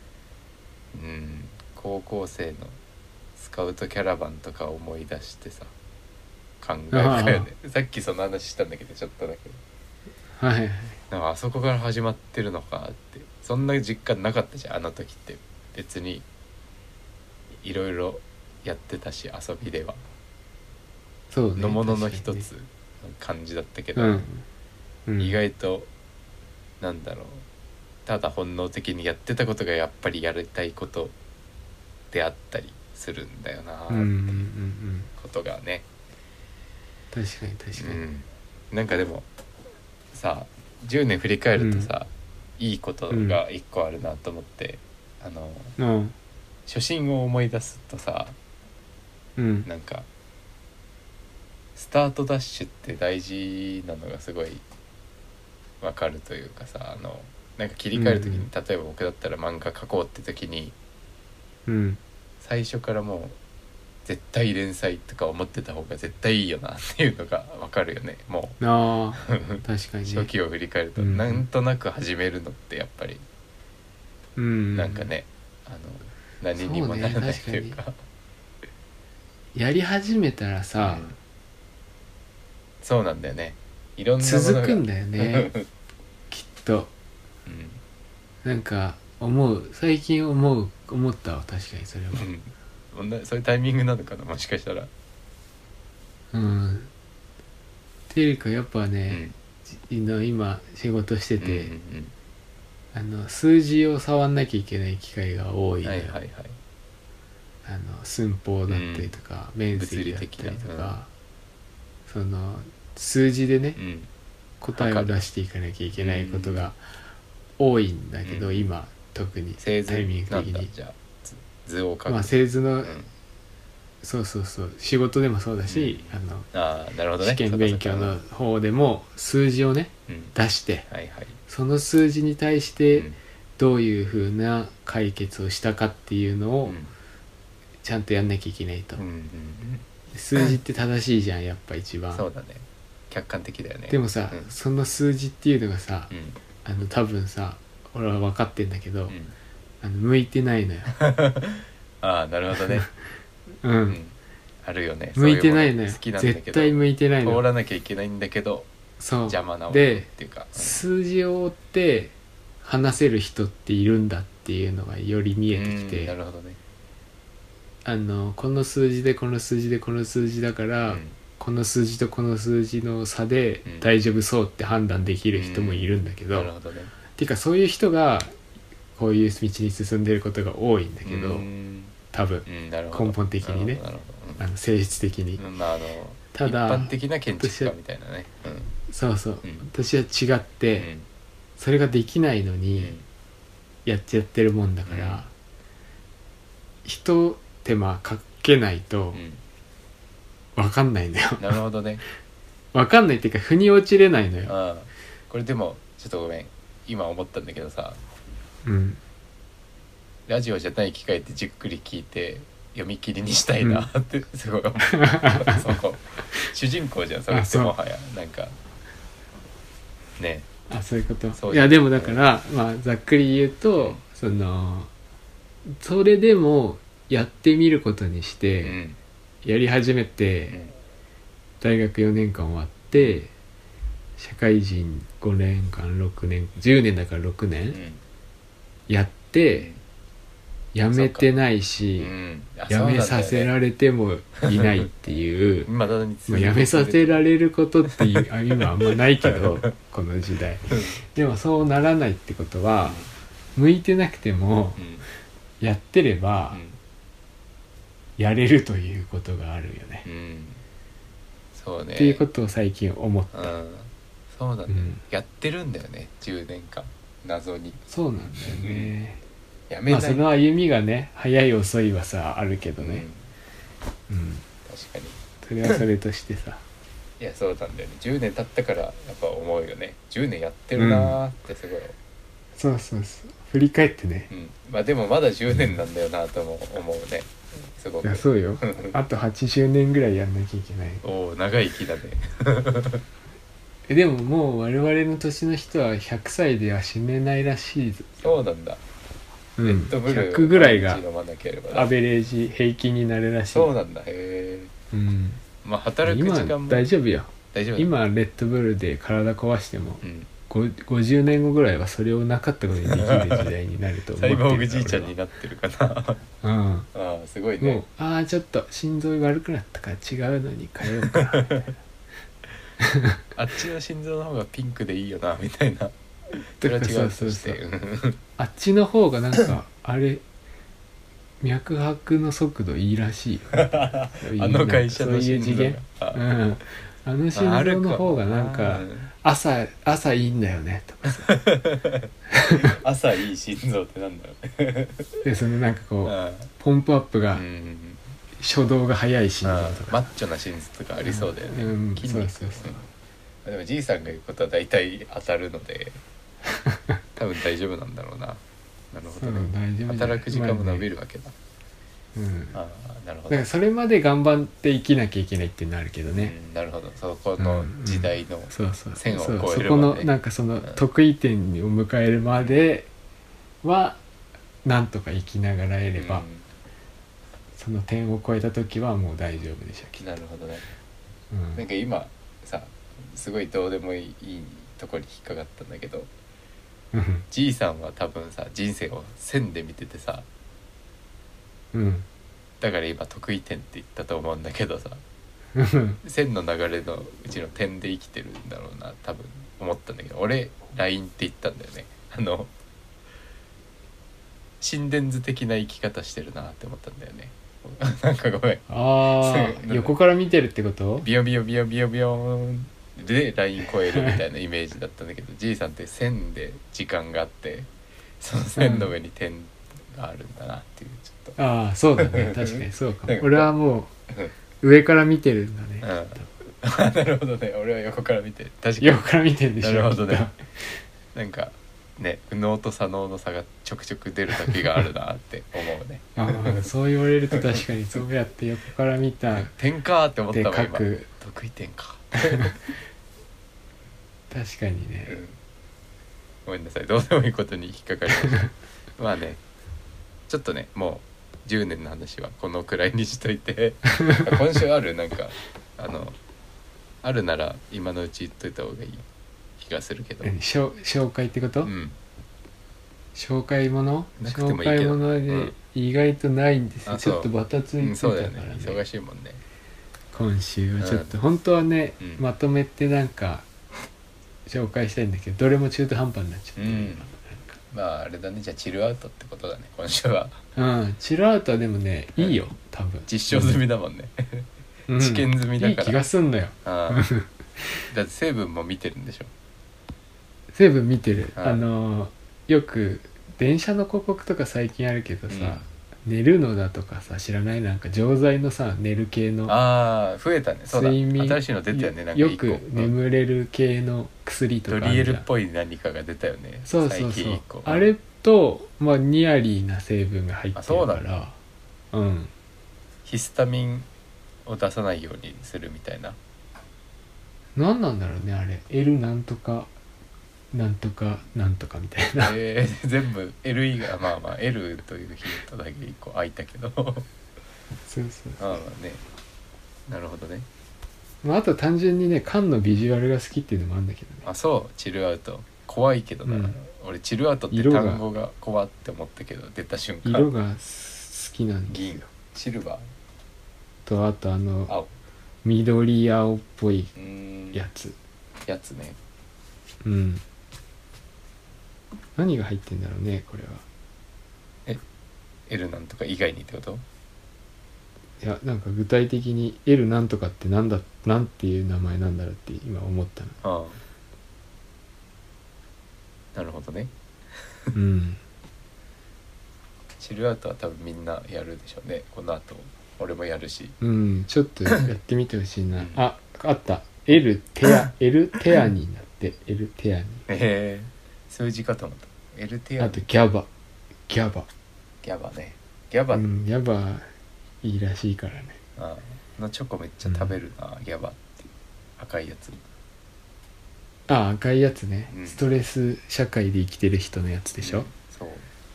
高校生のスカウトキャラバンとか思い出してさ感慨深いよね。さっきその話したんだけどちょっとだけどはいはいなんかあそこから始まってるのかって。そんな実感なかったじゃんあの時って。別にいろいろやってたし遊びではそうねのものの確かにね一つの感じだったけど、 うん、 意外となんだろうただ本能的にやってたことがやっぱりやりたいことであったりするんだよなってうんうんうんういうんことがね、 確かに確かに、 なんかでもさ10年振り返るとさ、いいことが一個あるなと思って、 うん初心を思い出すとさうんなんかスタートダッシュって大事なのがすごいわかるというかさなんか切り替える時に、例えば僕だったら漫画描こうって時にうん最初からもう絶対連載とか思ってた方が絶対いいよなっていうのがわかるよね。もああう確かにね初期を振り返ると、なんとなく始めるのってやっぱりなんかね、何にもならないというか、 やり始めたらさ、 そうなんだよね。いろんなものが続くんだよねきっと。なんか最近思ったわ確かにそれは。 そういうタイミングなのかなもしかしたら。 っていうかやっぱね、今仕事してて、数字を触んなきゃいけない機会が多いのよ、 寸法だったりとか、面積だったりと物理的なか、その数字でね、 うん答えを出していかなきゃいけないことが多いんだけど、 うん今特に製図タイミングなんだ的にじゃあ図を描く、 まあ製図の、 うんそうそうそう仕事でもそうだし、 ああなるほどね試験勉強の方でも数字をねうん出してはいはいその数字に対しうてんどういうふうな解決をしたかっていうのをうんちゃんとやんなきゃいけないと、 うんうん数字って正しいじゃんやっぱ一番。 そうだね客観的だよねでもさ、 うんその数字っていうのがさ、 うん多分さ俺は分かってんだけど、 うん向いてないのよああなるほどねうん、 うんあるよね向いてないのよそううも好きなんだけど絶対向いてないの通らなきゃいけないんだけどそう邪魔なものっでていうか数字を追って話せる人っているんだっていうのがより見えてきて、 なるほどねこの数字でこの数字でこの数字だから、 うんこの数字とこの数字の差でうん大丈夫そうって判断できる人もいるんだけど、 なるほどねていうかそういう人がこういう道に進んでることが多いんだけど、多分なるほど根本的にねなるほ性質的に、 どまあただ一般的な建築家みたいなねそうそう、 うん私は違って、それができないのにやっちゃってるもんだから、 うん一手間かけないと分かんないんだよなるほどね分かんないっていうか腑に落ちれないのよ。 ああこれでもちょっとごめん今思ったんだけどさうんラジオじゃない機会ってじっくり聞いて読み切りにしたいなってすごい思うそこ主人公じゃんそれってもはやなんかねあそういうことそういやでもだから、まあざっくり言うと、それでもやってみることにしうて、 んやり始めうて、 ん大学4年間終わって社会人5年間6年10年だから6 う年んやってやめてないし、やめさせられてもいないっていうまだにまあやめさせられることっていう今あんまないけどこの時代でもそうならないってことは向いてなくてもやってればやれるということがあるよね、 そうねっていうことを最近思った、 そうなんだよ、 うんやってるんだよね10年間謎にそうなんだよねやめない、 まあその歩みがね早い遅いはさあるけどね、うん確かにそれはそれとしてさいやそうなんだよね10年経ったからやっぱ思うよね10年やってるなーってすごい、 そうそうそう振り返ってね、 まあでもまだ10年なんだよなとも思うねすごくいやそうよあと80年ぐらいやんなきゃいけないおお長い生きだねでももう我々の年の人は100歳では死ねないらしいぞ、 そうなんだ、 うん、 レッドブル 100ぐらいが毎日飲まなければなアベレージ平均になるらしい。 そうなんだへえうん、 まあ働く時間今も大丈夫よ。 大丈夫今レッドブルで体壊してもうん 50年後ぐらいはそれをなかったことにできる時代になると思ってるサイボーグじいちゃんになってるかな俺はああすごいうん、もうねああちょっと心臓悪くなったから違うのに変えようかなみたいなあっちの心臓の方がピンクでいいよなみたいなそれは違うとしてあっちの方がなんかあれ脈拍の速度いいらしいよあの会社の心臓そういう次元うんあの心臓の方がなんか朝いいんだよねとかさ朝いい心臓ってなんだろうねでそのなんかこうあポンプアップがうん初動が早い心臓とかマッチョな心臓とかありそうだよね、 うん筋肉そうそうそうでもじいさんが言うことは大体当たるので多分大丈夫なんだろうな。なるほどね、 大丈夫じゃない働く時間も伸びるわけだ、 うんああなるほどだからそれまで頑張って生きなきゃいけないっていうのあるけどね、 なるほどそこの時代の、 そうそう線を越えるまでそうそこのなんかその得意点を迎えるまではなんとか生きながらえれば、その点を超えた時はもう大丈夫でしょなるほどね、 う、 なんか今さすごいどうでもいいところに引っかかったんだけどじいさんは多分さ人生を線で見ててさうんだから今得意点って言ったと思うんだけどさ線の流れのうちの点で生きてるんだろうな多分思ったんだけど俺ラインって言ったんだよね心電図的な生き方してるなって思ったんだよねなんかごめんあそうあ横から見てるってこと？ ビヨビヨビヨビヨビヨーンでライン超えるみたいなイメージだったんだけどじいさんって線で時間があってその線の上に点があるんだなっていうちょっと、 ああそうだね確かにそうかも。 なんか俺はもうんう上から見てるんだね、 なるほどね俺は横から見て確かに横から見てるんでしょ。 なるほどねきっなんかね右脳と左脳の差がちょくちょく出る時があるなって思うねとああそう言われると確かにそうやって横から見たっ点かって思ったてもん今書く。 得意点か、 確かにね、 うんごめんなさいどうでもいいことに引っかかりましたまあねちょっとねもう10年の話はこのくらいにしといて今週あるなんかあるなら今のうち言っといた方がいい気がするけど、 紹介ってこと、 うん紹介ものなくても紹いいけど介もので意外とないんですよ、 あそうちょっとバタつうん、 いてたそうだよからね、 ね忙しいもんね今週はちょっと、本当はね、 うんまとめてなんか紹介したいんだけどどれも中途半端になっちゃって、 うんまああれだねじゃあチルアウトってことだね今週はうんチルアウトはでもねいいよ多分実証済みだもんね、 うん知見済みだからいい気がすんのよ。 あーだって成分も見てるんでしょ成分見てる、 はいよく電車の広告とか最近あるけどさ、寝るのだとかさ知らないなんか錠剤のさ寝る系のああ増えたねそうだ睡眠新しいの出たよねなんかよ一個く眠れる系の薬とかドあるじゃん。 リエルっぽい何かが出たよねそうそうそう最近一個あれと、まあ、ニアリーな成分が入ってあそうなんるからうんヒスタミンを出さないようにするみたいな何なんだろうねあれ L なんとかなんとかなんとかみたいな全部 L 以外まあまあ L というヒントだけ一個空いたけどそうそうああねなるほどねまあ、あと単純にね缶のビジュアルが好きっていうのもあるんだけどね。 あそうチルアウト怖いけどな、俺チルアウトって色が単語が怖って思ったけど出た瞬間色が好きなんです銀よ。 シルバとあとー青緑青っぽいややつねうん何が入ってんだろうねこれは。 L なんとか以外にってこといやなんか具体的に L なんとかってなんていう名前なんだろうって今思ったの。 ああなるほどねうんチルアウトは多分みんなやるでしょうねこの後俺もやるしうんちょっとやってみてほしいな、 うんあった L テアニーだって L テアニ数字かと思った L テアーあとギャバギャバねギャバ、 うんギャバいいらしいからね。 あのチョコめっちゃ食べるな、ギャバっていう赤いやつあ赤いやつね、 うんストレス社会で生きてる人のやつでしょ、 そう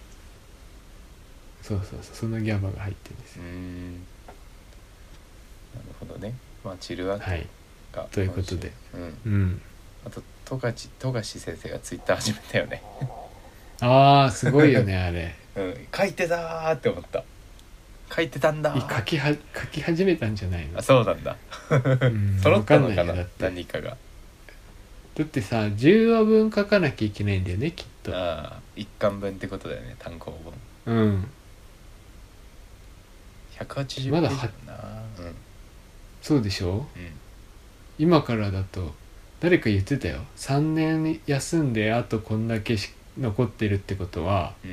そうそのギャバが入ってるんですよ。 なるほどねまあチルアウトはいがということでうんうんあと富樫先生がツイッター始めたよねああすごいよねあれ書いてたーって思った書いてたんだー書き始めたんじゃないのあそうなんだうん揃ったのわかなんないよだって何かがだってさ10話分書かなきゃいけないんだよねきっと。 ああ一巻分ってことだよね単行本うん 180 まだページだなそうでしょ。今からだと誰か言ってたよ3年休んであとこんだけ残ってるってことはうん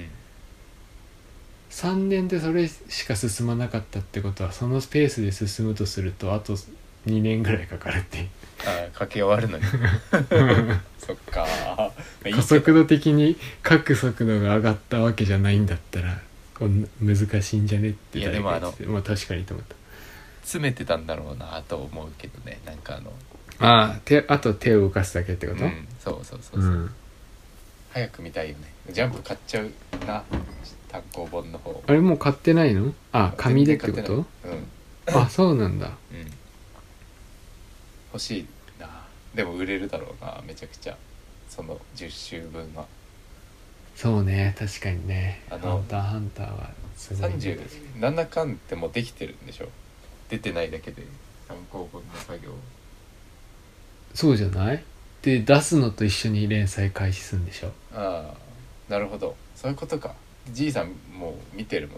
3年でそれしか進まなかったってことはそのペースで進むとするとあと2年ぐらいかかるってああ書き終わるのにそっかー加速度的に書く速度が上がったわけじゃないんだったら難しいんじゃねっていやでも誰か言っててまあ確かにと思っ詰めてたんだろうなと思うけどねなんかた。あと手を動かすだけってこと、 そうそうそうそう、 うん早く見たいよねジャンプ買っちゃうな単行本の方あれもう買ってないの？あ紙でってこ全然買と？ ってないあそうなんだ。 欲しいなでも売れるだろうなめちゃくちゃその10週分はそうね確かにねハハンターハンターはすごい、ね、 37巻ってもうできてるんでしょ出てないだけで単行本の作業そうじゃない？で出すのと一緒に連載開始するんでしょ。 ああなるほどそういうことかじいさんもう見てるもんね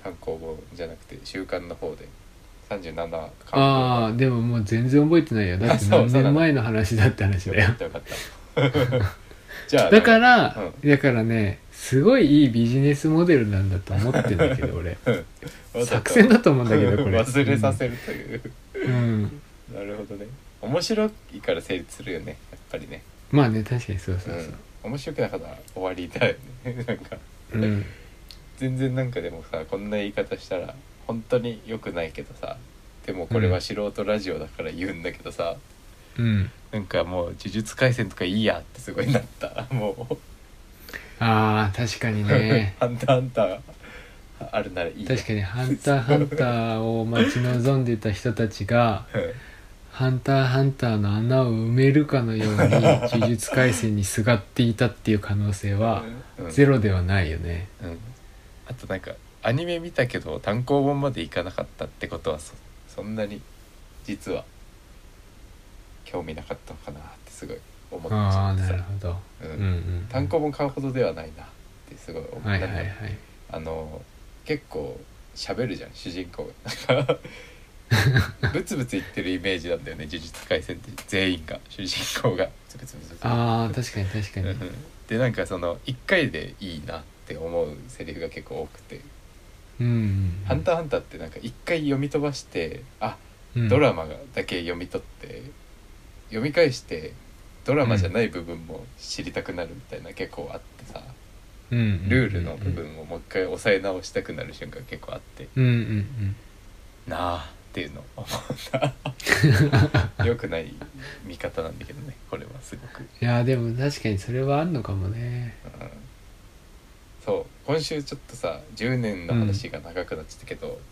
単行本じゃなくて週刊の方で37巻ああでももう全然覚えてないよ。だって何年前の話だって話だよ。 よかったじゃあだから、 うん、 だからねすごいいいビジネスモデルなんだと思ってんだけど俺作戦だと思うんだけどこれ忘れさせるという、 うん、 なるほどね。面白いから成立するよねやっぱりね。 まあね確かにそうそうそう、 面白くなかったら終わりだよねなんか、全然なんかでもさこんな言い方したら本当に良くないけどさ、でもこれは素人ラジオだから言うんだけどさ、なんかもう呪術廻戦とかいいやってすごいなったもうあー確かにねハンターハンターあるならいいや。 確かにハンターハンターを待ち望んでた人たちがハンターハンターの穴を埋めるかのように呪術廻戦にすがっていたっていう可能性はゼロではないよね。 あとなんかアニメ見たけど単行本までいかなかったってことはそんなに実は興味なかったのかなってすごい思っちゃってさ。 なるほど、 単行本買うほどではないなってすごい思った。 はいはいはい、 結構喋るじゃん主人公がブツブツ言ってるイメージなんだよね呪術廻戦って全員が主人公がブツブツブツブツ。 あー確かに確かにでなんかその1回でいいなって思うセリフが結構多くて、ハンターハンターってなんか1回読み飛ばしてドラマだけ読み取って読み返してドラマじゃない部分も知りたくなるみたいな結構あってさ、ルールの部分をもう一回押さえ直したくなる瞬間結構あって、なあっていうのを思った良くない見方なんだけどねこれはすごく。 いやでも確かにそれはあんのかもね、 そう今週ちょっとさ10年の話が長くなっちゃったけど、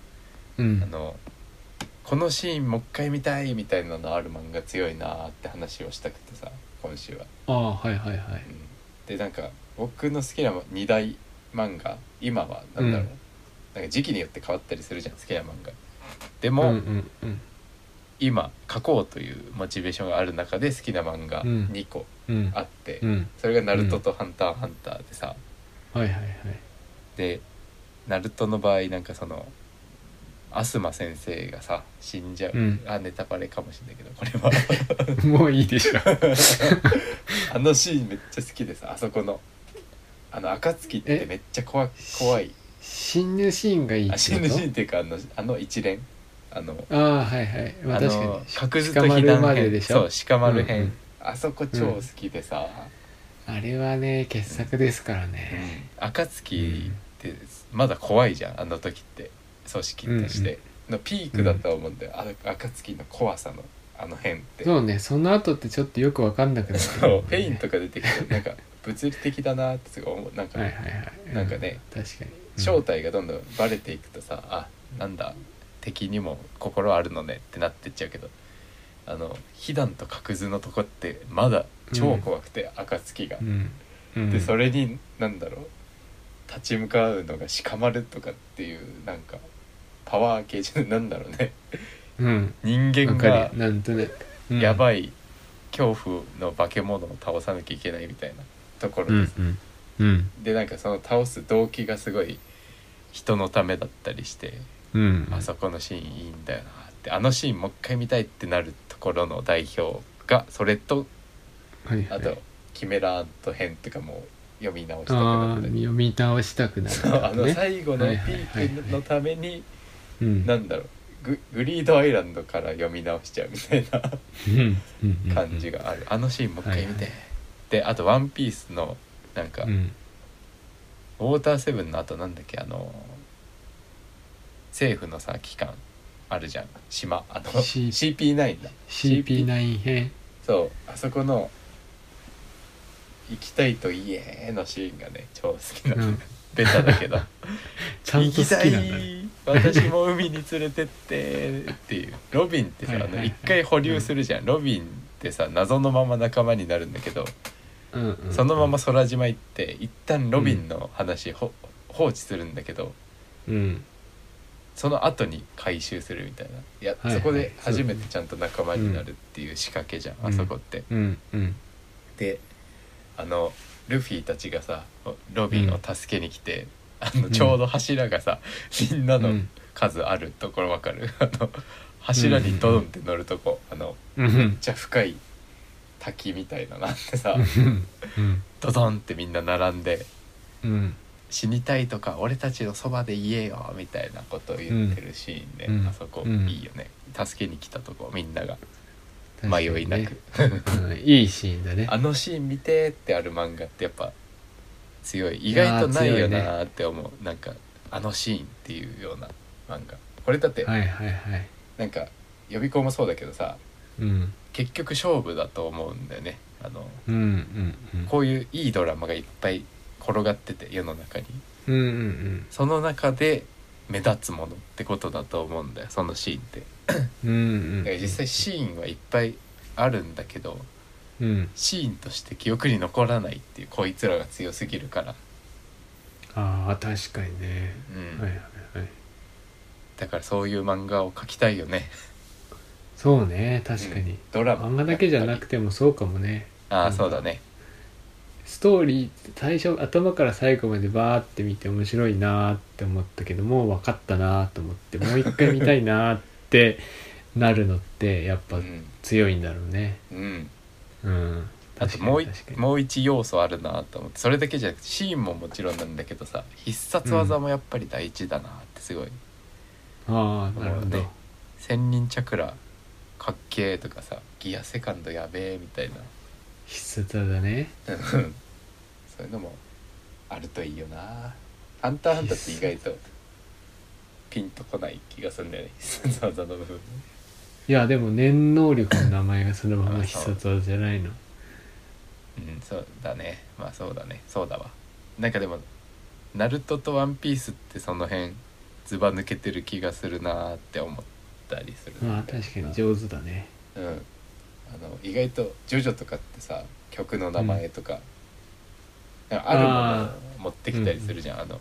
このシーンもう一回見たいみたいなのある漫画強いなって話をしたくてさ今週は。 はいはいはい、 でなんか僕の好きな2大漫画今はなんだろう、なんか時期によって変わったりするじゃん好きな漫画でも、今書こうというモチベーションがある中で好きな漫画2個あって、それがナルトとハンターハンターでさ、でナルトの場合なんかそのアスマ先生がさ死んじゃう、ネタバレかもしれないけどこれはもういいでしょあのシーンめっちゃ好きでさ、あそこの暁ってめっちゃ怖い死ぬシーンがいいってこと？ 死ぬシーンっていうかあの一連はいはい、まあ、確かに角図と避難編そう鹿丸編、あそこ超好きでさ、 あれはね傑作ですからね、 暁ってまだ怖いじゃんあの時って組織としてのピークだと思うんだよ、暁の怖さのあの辺って。 そうね、その後ってちょっとよく分かんなくなってくる、 そうペインとか出てきてなんか物理的だなってすごい思う。なんかね、 確かに、 正体がどんどんバレていくとさ、なんだ敵にも心あるのねってなってっちゃうけど、被弾と角図のとこってまだ超怖くて、暁が、でそれになんだろう立ち向かうのが鹿丸とかっていうなんかパワー系じゃなんだろうね、人間がなんとね、 やばい恐怖の化け物を倒さなきゃいけないみたいなところです、でなんかその倒す動機がすごい人のためだったりして、あそこのシーンいいんだよなって、あのシーンもう一回見たいってなるところの代表がそれと、あとキメラアント編とかも読み直したくなったり、 読み直したくなる、ね、 最後のピークのために、なんだろうグリードアイランドから読み直しちゃうみたいな感じがある。あのシーンもう一回見て、であとワンピースのなんか、ウォーターセブンの後なんだっけ、政府のさ機関あるじゃん島、CP9 だ CP9 編、 そうあそこの行きたいと言えのシーンがね超好きなの、ベタだけどちゃんと好きなんだ、 ね、私も海に連れてってっていうロビンってさ一回保留するじゃん、ロビンってさ謎のまま仲間になるんだけど、そのまま空島行って一旦ロビンの話、放置するんだけど、その後に回収するみたいな、そこで初めてちゃんと仲間になるっていう仕掛けじゃん、あそこって、でルフィたちがさロビンを助けに来て、 ちょうど柱がさ、みんなの数あるところわかる？柱にドドンって乗るとこ、めっちゃ深い滝みたいなのあってさ、ドドンってみんな並んで、死にたいとか俺たちのそばで言えよみたいなことを言ってるシーンで、あそこいいよね。助けに来たとこみんなが迷いなく、 いいシーンだね。 あのシーン見てってある漫画ってやっぱ強い。意外とないよなって思う、なんかあのシーンっていうような漫画。これだって、なんか予備校もそうだけどさ、結局勝負だと思うんだよね。こういういいドラマがいっぱい転がってて世の中に、その中で目立つものってことだと思うんだよ、そのシーンって。だから実際シーンはいっぱいあるんだけど、シーンとして記憶に残らないっていう、こいつらが強すぎるから。 ああ確かにね、 だからそういう漫画を描きたいよね。 そうね、確かに、 ドラマ漫画だけじゃなくてもそうかもね。 そうだね。 ストーリー最初頭から最後までバーって見て面白いなって思ったけど、もう分かったなと思ってもう一回見たいなってなるのってやっぱ強いんだろうね。 あともう一要素あるなと思って、それだけじゃなくてシーンももちろんなんだけどさ、必殺技もやっぱり大事だなってすごい、 なるほど。 千人チャクラかっけーとかさ、ギアセカンドやべーみたいな必殺技ね。 そういうのもあるといいよな。ハンターハンターって意外とピンとこない気がするんだよね、必殺技の部分。 いやでも念能力の名前がそのまま必殺技じゃないの。 そうだね。そうだね、そうだわ。なんかでもナルトとワンピースってその辺ズバ抜けてる気がするなって思ったりする。 確かに上手だね。 意外とジョジョとかってさ、曲の名前とか、あるものを持ってきたりするじゃん。ハ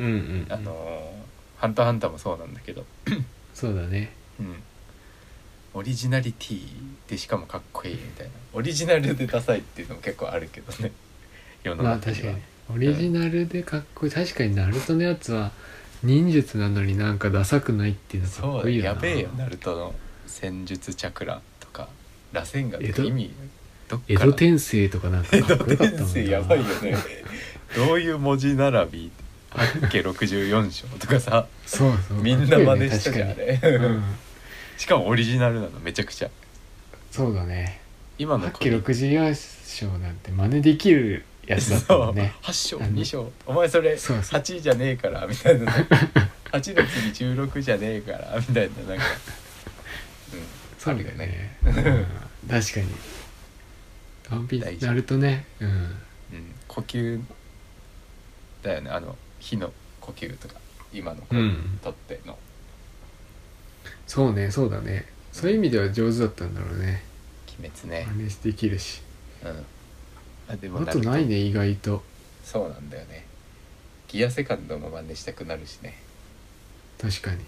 ンターハンターもそうなんだけどそうだね。 オリジナリティでしかもかっこいいみたいな、オリジナルでダサいっていうのも結構あるけどね、世の中には。 確かにオリジナルでかっこいい。確かにナルトのやつは忍術なのになんかダサくないっていうのかっこいいよな。 そうやべえよ、ナルトの戦術チャクラとか螺旋丸とか意味江戸天聖とかなんかかっこよかったもんな。江戸天聖やばいよね。どういう文字並び、八家64章とかさ、 そうみんな真似したじゃん、あれ。しかもオリジナルなの、めちゃくちゃ。 そうだね。 今の八家64章なんて真似できるやつだったもんね。 8章2章お前それ8じゃねえからみたいな8の次16じゃねえからみたいな、なんかそうだよね。確かにワンピースナルトね。 呼吸だよね、火の呼吸とか今の子にとっての、 そうね、そうだね。そういう意味では上手だったんだろうね。 鬼滅ね、 真似できるし。 でもあとないね、意外と。 そうなんだよね。ギアセカンドも真似したくなるしね。 確か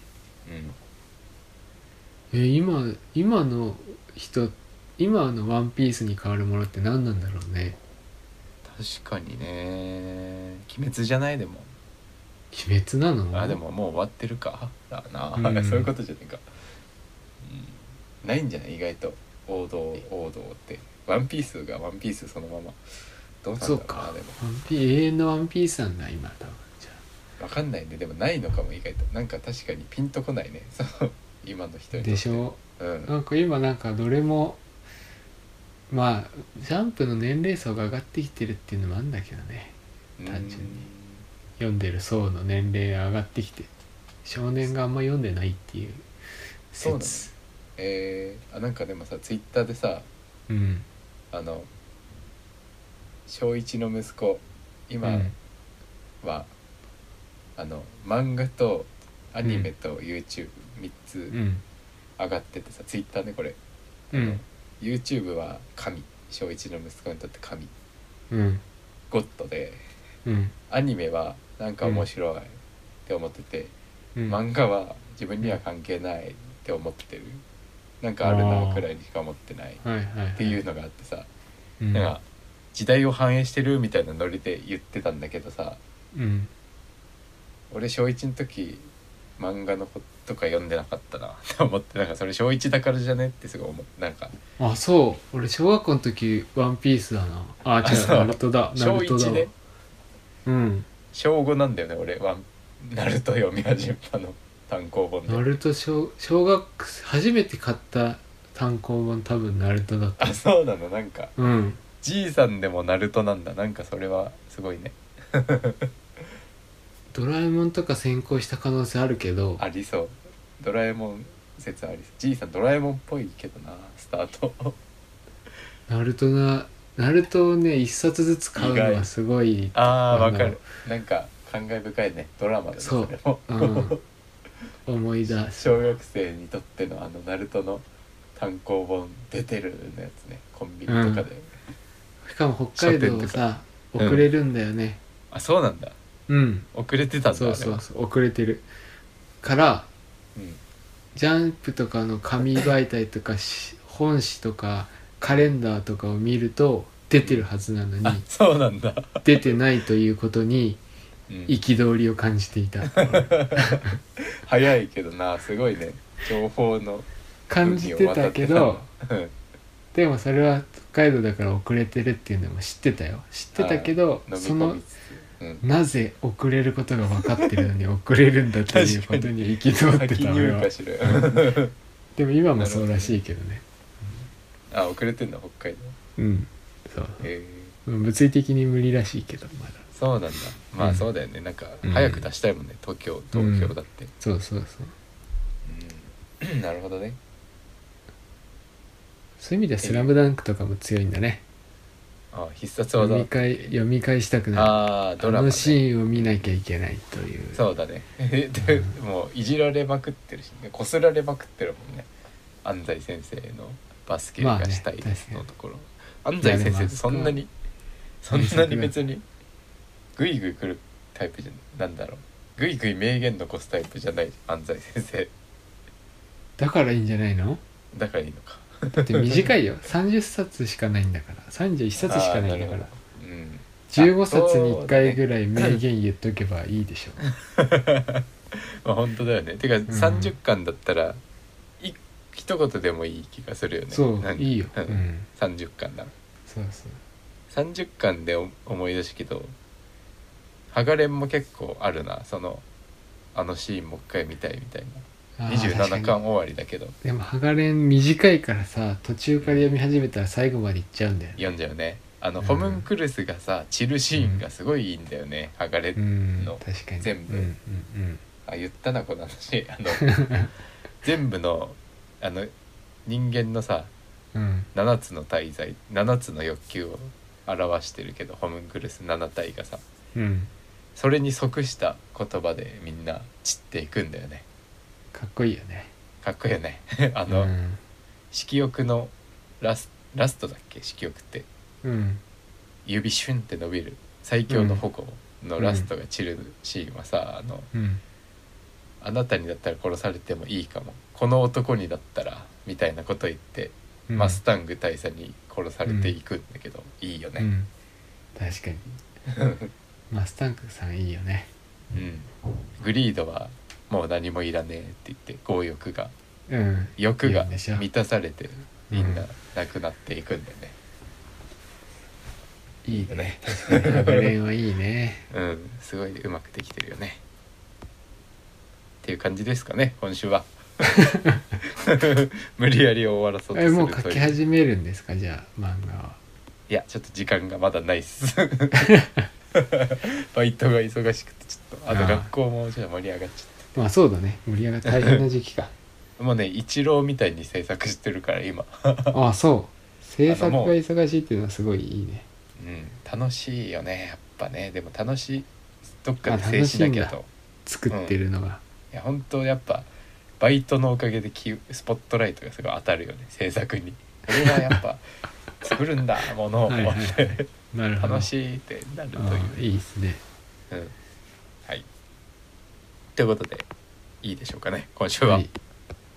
に。今のワンピースに変わるものって何なんだろうね。 確かにね。鬼滅じゃない？でも鬼滅なの？ でももう終わってるかだな、そういうことじゃねえか。ないんじゃない？意外と王道ってワンピースがワンピースそのままどうなんだろうな。 そうか、 でも永遠のワンピースなんだ今多分。じゃあ分かんないね。でもないのかも意外と。なんか確かにピンとこないね、そう今の人にとって。 でしょ、なんか今なんかどれもジャンプの年齢層が上がってきてるっていうのもあるんだけどね。単純に読んでる層の年齢が上がってきて、少年があんま読んでないっていう説。 なんかでもさ、ツイッターでさ、小一の息子今は、漫画とアニメと YouTube3 つ上がっててさ、ツイッターねこれ、YouTube は神、小一の息子にとって神、ゴッドで、アニメはなんか面白いって思ってて、漫画は自分には関係ないって思ってる、なんかあるなくらいにしか思ってないっていうのがあってさ、なんか時代を反映してるみたいなノリで言ってたんだけどさ、 俺小1の時漫画のことか読んでなかったなって思って、なんかそれ小1だからじゃねってすごい思う。なんかあ、そう俺小学校の時ワンピースだな。あ、違う、 そうナルトだ、ナ小ルトだ 1 わ。 でうん小5なんだよね俺はナルト読み始めたの単行本で。 ナルト小学初めて買った単行本多分ナルトだった。 あ、そうなの。なんかうん。 じいさんでもナルトなんだ。なんかそれはすごいね。 ドラえもんとか先行した可能性あるけど、 ありそう。ドラえもん説ありそう。じいさんドラえもんっぽいけどなスタート。 ナルトをね一冊ずつ買うのはすごい。 あーわかる。なんか感慨深いね。ドラマだねそうそれも。 思い出す。 小学生にとってのナルトの単行本出てるのやつね、コンビニとかで、 しかも北海道をさ遅れるんだよね。 あ、そうなんだ。 うん、 遅れてたんだ。 そうそうそう、遅れてるからあれは。 ジャンプとかの紙媒体とか本誌とかカレンダーとかを見ると出てるはずなのに、 あ、そうなんだ。 出てないということにうん、 憤りを感じていた。 早いけどな、すごいね。情報の感じてたけど、 うんでもそれは北海道だから遅れてるっていうのも知ってたよ。知ってたけど、 飲みその込みつつ、うん、 なぜ遅れることが分かってるのに遅れるんだということに憤って先た俺は。 入荷しろ。 でも今もそうらしいけどね。 あ、遅れてんだ北海道。 うんそう、 へ物理的に無理らしいけどまだ。 そうなんだ。まうんあそうだよね。なんかうん早く出したいもんね、東京だって、 そうそうそう。 うん、なるほどね。 そういう意味では「スラムダンクとかも強いんだね。 あ、必殺技。 読み返したくなる。 ドラマ、ね、 あのシーンを見なきゃいけないという。 そうだね。で、もういじられまくってるし、ね、こすられまくってるもんね、安西先生のバスケがしたいですのところ、安西先生ってそんなに別にグイグイ来るタイプじゃなんだろう、グイグイ名言残すタイプじゃない安西先生だからいいんじゃないの。 だからいいのか。 だって短いよ。30冊しかないんだから。31冊しかないんだから。 うん、 15冊に1回ぐらい名言言っとけばいいでしょ。 まあ本当だよね。てか30巻だったら一言でもいい気がするよね。 そういいよ、 30巻だ。 そうそう 30巻で思い出したけど、ハガレンも結構あるな。あのシーンもう一回見たいみたいな。27巻終わりだけど。 でもハガレン短いからさ、途中から読み始めたら最後までいっちゃうんだよね。 読んじゃうね。ホムンクルスがさ散るシーンがすごいいいんだよね、ハガレンの、 確かに全部、あ、言ったなこの話。全部の人間のさ、7つの大罪、7つの欲求を表してるけど、ホムンクルス7体がさ、それに即した言葉でみんな散っていくんだよね。 かっこいいよね。 かっこいいよね。色欲のラストだっけ、色欲って、指シュンって伸びる最強の矛のラストが散るシーンはさ、あなたにだったら殺されてもいいかも、この男にだったらみたいなこと言って、マスタング大佐に殺されていくんだけど、いいよね、 確かに。マスタングさんいいよね。 グリードはもう何もいらねえって言って強欲が、欲が満たされてみんななくなっていくんだよね。 いいね。確かにハガレンはいいね。 すごいうまくできてるよねっていう感じですかね、今週は。無理やり終わらそうとするという。 もう書き始めるんですか、じゃあ漫画は。 いや、ちょっと時間がまだないっす。バイトが忙しくてちょっと学校もじゃあ盛り上がっちゃって。 まあそうだね、盛り上がって大変な時期か。 もうね、一郎みたいに制作してるから今。 そう制作が忙しいっていうのはすごいいいね。 楽しいよねやっぱね。でも楽しい、どっかで制しなきゃと作ってるのが、 いや本当やっぱバイトのおかげでスポットライトがすごい当たるよね、制作に。これはやっぱ作るんだものを思って楽しいってなるという。 いいですね。 はい、ということでいいでしょうかね、今週は。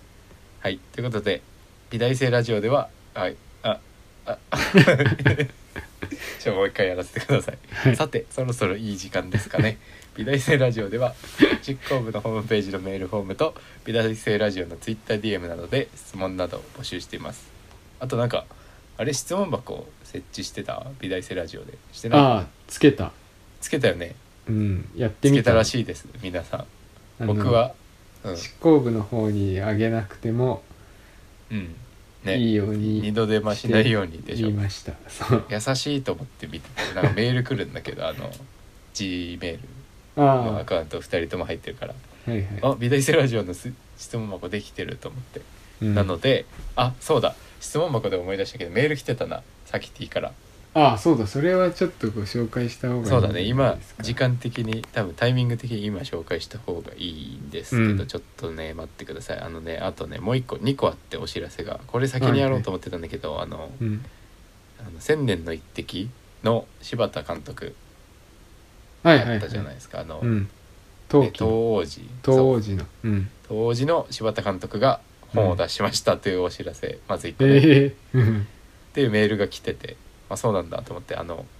はい、ということで美大生ラジオではもう一回やらせてください。 はいさてそろそろいい時間ですかね。美大生ラジオでは実行部のホームページのメールフォームと美大生ラジオのツイッター DM などで質問などを募集しています。あとなんかあれ質問箱を設置してた美大生ラジオでしてない？ ああつけた。 つけたよね。 うんやってみた。 つけたらしいです皆さん。僕は執行部の方にあげなくてもうんね、 いいように二度手間しないようにでしょ。 言いました。そう優しいと思って見てなんかメール来るんだけどG メールあのアカウント2人とも入ってるからあはいはい、 美大生ラジオの質問箱できてると思って、 うん、 なのでそうだ質問箱で思い出したけどメール来てたなさき T から。 ああそうだそれはちょっとご紹介した方がいいんじゃそうだねないですか。 今時間的に多分タイミング的に今紹介した方がいいんですけど、 うんちょっとね待ってください。あとねもう2個あってお知らせがこれ先にやろうと思ってたんだけど、 うん千年の一滴の柴田監督はいはい、はい、 あったじゃないですか、 うん東東王子東王子のうん東王子の柴田監督が本を出しましたというお知らせ、まず1個目、 うんっていうメールが来てて、そうなんだと思って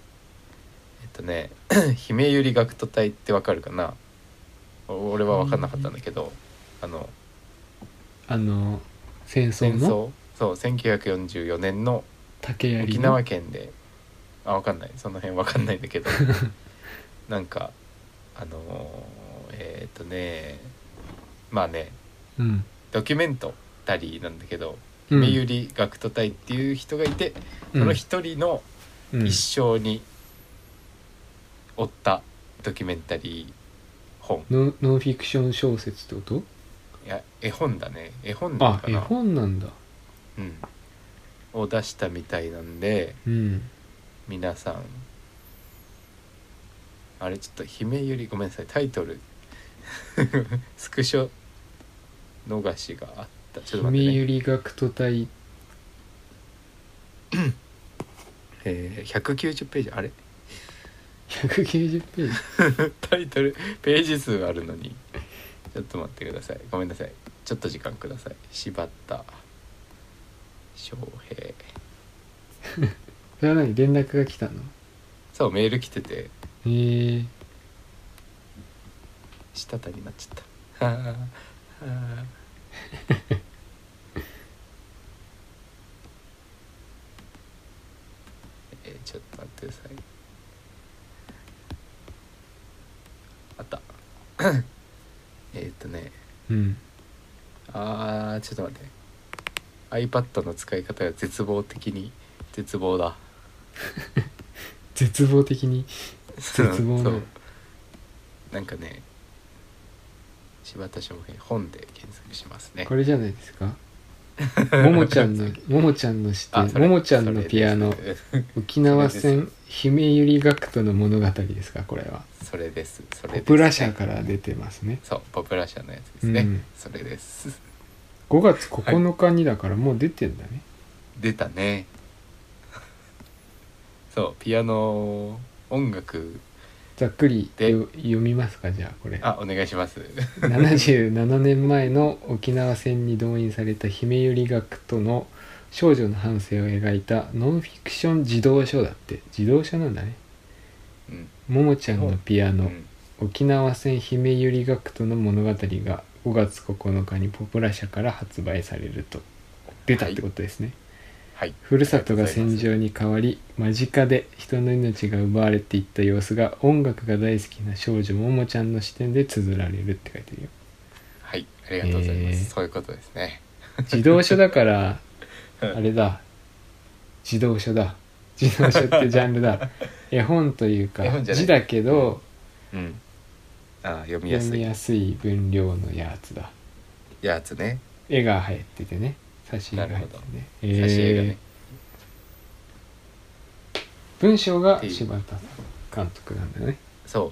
姫百合学徒隊ってわかるかな。俺は分かんなかったんだけど、 戦争戦の争そう1944年の竹槍の沖縄県で分かんないその辺分かんないんだけどなんかまあねうんドキュメンタリーなんだけどうん姫百合学徒隊っていう人がいて、その一人のうん一生に追ったドキュメンタリー本、 ノンフィクション小説ってこと？ いや絵本だね絵本なのあ絵かな、 本なんだ。 を出したみたいなんでうん皆さんあれちょっと姫百合ごめんなさいタイトルスクショ逃しがあったちょっと待ってね、 姫百合学徒隊 190ページあれ 190ページタイトルページ数あるのにちょっと待ってくださいごめんなさいちょっと時間ください。柴田翔平それは何連絡が来たの？ そうメール来ててへえしたたになっちゃったはあはあちょっと待ってください。あったうんちょっと待って iPad の使い方が絶望的に絶望だ絶望的に絶望そうななんかね柴田翔平本で検索しますね。 これじゃないですかももちゃんの視点ももちゃんのピアノ沖縄戦姫百合学徒の物語ですかこれは。 それですポプラ社から出てますね。 そうポプラ社のやつですね、 うん、 それです 5月9日にだからもう出てんだね、 出たねそうピアノ音楽ざっくりで読みますかじゃあこれ。 お願いします 77年前の沖縄戦に動員された姫百合学徒の少女の半生を描いたノンフィクション児童書だって。児童書なんだね。ももちゃんのピアノ、沖縄戦姫百合学徒の物語が5月9日にポプラ社から発売されると出たってことですね。 はい、 ふるさとが戦場に変わり間近で人の命が奪われていった様子が音楽が大好きな少女ももちゃんの視点で綴られるって書いてるよ。 はいありがとうございます、そういうことですね。 児童書だからあれだ児童書だ児童書ってジャンルだ絵本というか字だけど、 読みやすい分量のやつだ。 やつね。 絵が入っててね挿絵が入っててね、 挿絵がね文章が柴田監督なんだよね。 そう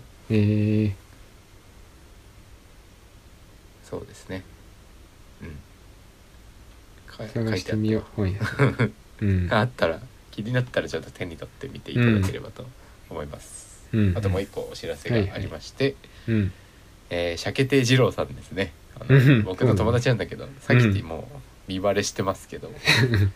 そうですね。 探してみよう本屋あったら気になったらちょっと手に取ってみていただければと思います、あともう一個お知らせがありまして、鮭亭二郎さんですね。僕の友達なんだけどさっきもう見バレしてますけど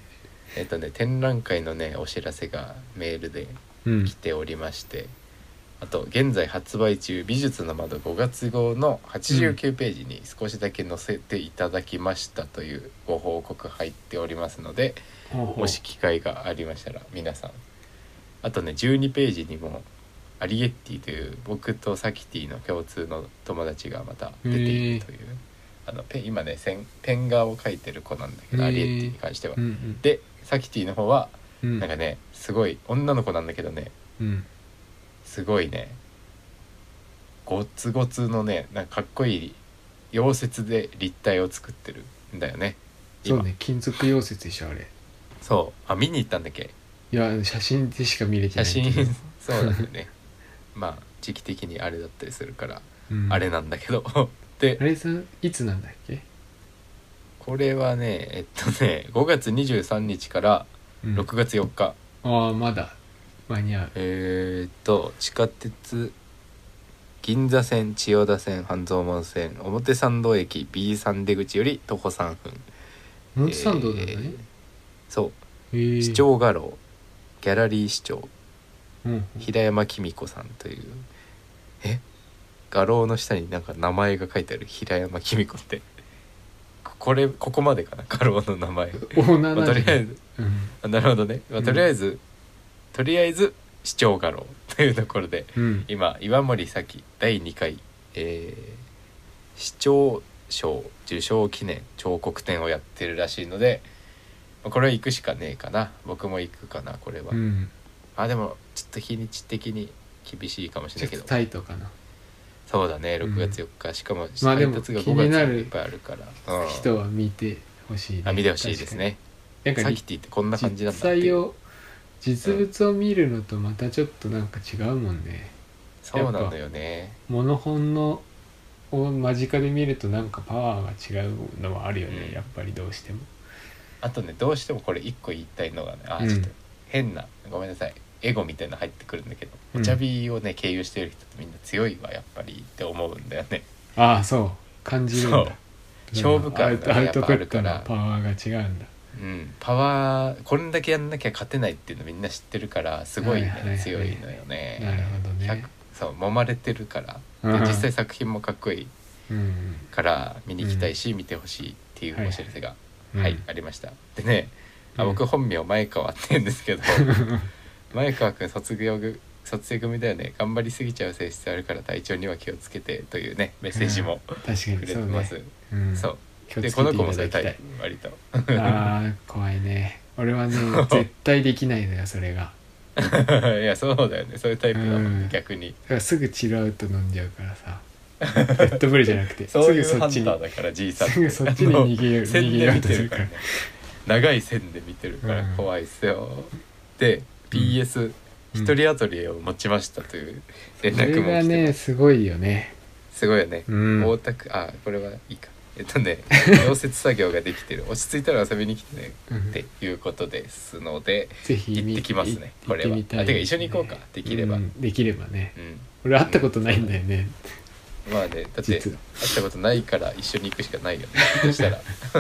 展覧会のねお知らせがメールでうん来ておりまして、あと現在発売中美術の窓5月号の89ページに少しだけ載せていただきましたというご報告入っておりますので、 ほうほうもし機会がありましたら皆さん、あとね12ページにもアリエッティという僕とサキティの共通の友達がまた出ているという、今ねペン画を描いてる子なんだけど、アリエッティに関しては、 うんうんでサキティの方はうんなんかねすごい女の子なんだけどね、 うんすごいねゴツゴツのねなんかかっこいい溶接で立体を作ってるんだよね今。 そうね、金属溶接でしょあれ。 そう見に行ったんだっけ。 いや写真でしか見れてな写いけど真そうなんだよねまあ時期的にあれだったりするから、 うんあれなんだけどであれさいつなんだっけ。 これはね5月23日からうん 6月4日、 ああまだ間に合う。 地下鉄銀座線千代田線半蔵門線表参道駅 B3 出口より徒歩3分。 表参道なんだね。 そうへ市長画廊ギャラリー市長うん平山紀美子さんという画廊の下になんか名前が書いてある。平山紀美子ってここまでかな画廊の名前オーナーまあなんじゃないとりあえずうんなるほどね、まあとりあえず市長画廊というところでうん今岩森咲第2回、市長賞受賞記念彫刻展をやってるらしいので、これは行くしかねえかな。僕も行くかなこれは、 うんでもちょっと日にち的に厳しいかもしれないけど、 ちょっとタイトかな。 そうだね6月4日、しかもまあでも配達が気 5月になるにいっぱいあるから、 人は見てほしいね。 見てほしいですね。 確かに。なんかサキティってこんな感じなん実だっていう。 際を実物を見るのとまたちょっとなんか違うもんね。 そうなんだよね。 モノ本のを間近で見るとなんかパワーが違うのはあるよね、 うんやっぱりどうしても。 あとねどうしてもこれ1個言いたいのがね、 うんちょっと変なごめんなさいエゴみたいなの入ってくるんだけど、 うんお茶火をね経由してる人ってみんな強いわやっぱりって思うんだよね。 ああそう感じるんだ。 勝負感がねアウトプやっぱあるットのから、 パワーが違うんだ。 パワーこれだけやんなきゃ勝てないっていうのみんな知ってるからすごいね、 はいはいはい強いのよね。 なるほどね。 そう揉まれてるからうんで実際作品もかっこいいうんから見に行きたいし、見てほしいっていうお知らせが、 うんはいありました。でねうん僕本名前川って言うんですけど前川くん卒業組だよね、頑張りすぎちゃう性質あるから体調には気をつけてというねメッセージも確かにくれてます。 そうね。うんそう気をつけてでこの子もそういうタいただきイプ割とああ怖いね。俺はね絶対できないのよそれが。 いやそうだよね、そういうタイプだもんね、 うん逆にだからすぐチルアウト飲んじゃうからさ。ペットブルじゃなくてそういうすぐそっちにハンターだからじいさんすぐそっちに逃げよう線で見逃げようとするからてるからね、長い線で見てるからうん怖いっすよ。で PS、 うん一人アトリエを持ちましたという連それ絡もがね来てます。 すごいよね。 すごいよね、 うん大田区これはいいか溶接作業ができてる、落ち着いたら遊びに来てねうんっていうことですのでぜひ行ってきますねこれは。 行ってみたいてか一緒に行こうかできれば、 できればね。 うん俺会ったことないんだよね、 まあねだって実は。 会ったことないから一緒に行くしかないよねそしたら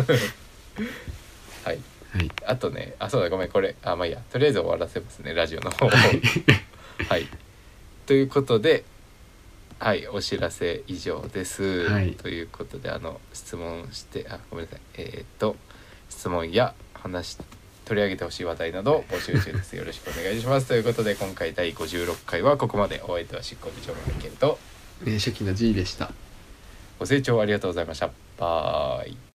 はい。 はいあとねそうだごめんこれまあいいやとりあえず終わらせますねラジオの方をはいということではいお知らせ以上です、 はいということで質問してごめんなさい質問や取り上げてほしい話題などを募集中です。よろしくお願いしますということで今回第56回はここまで。お相手は執行部長のケンと初期の G でした。 ご清聴ありがとうございました。バイ。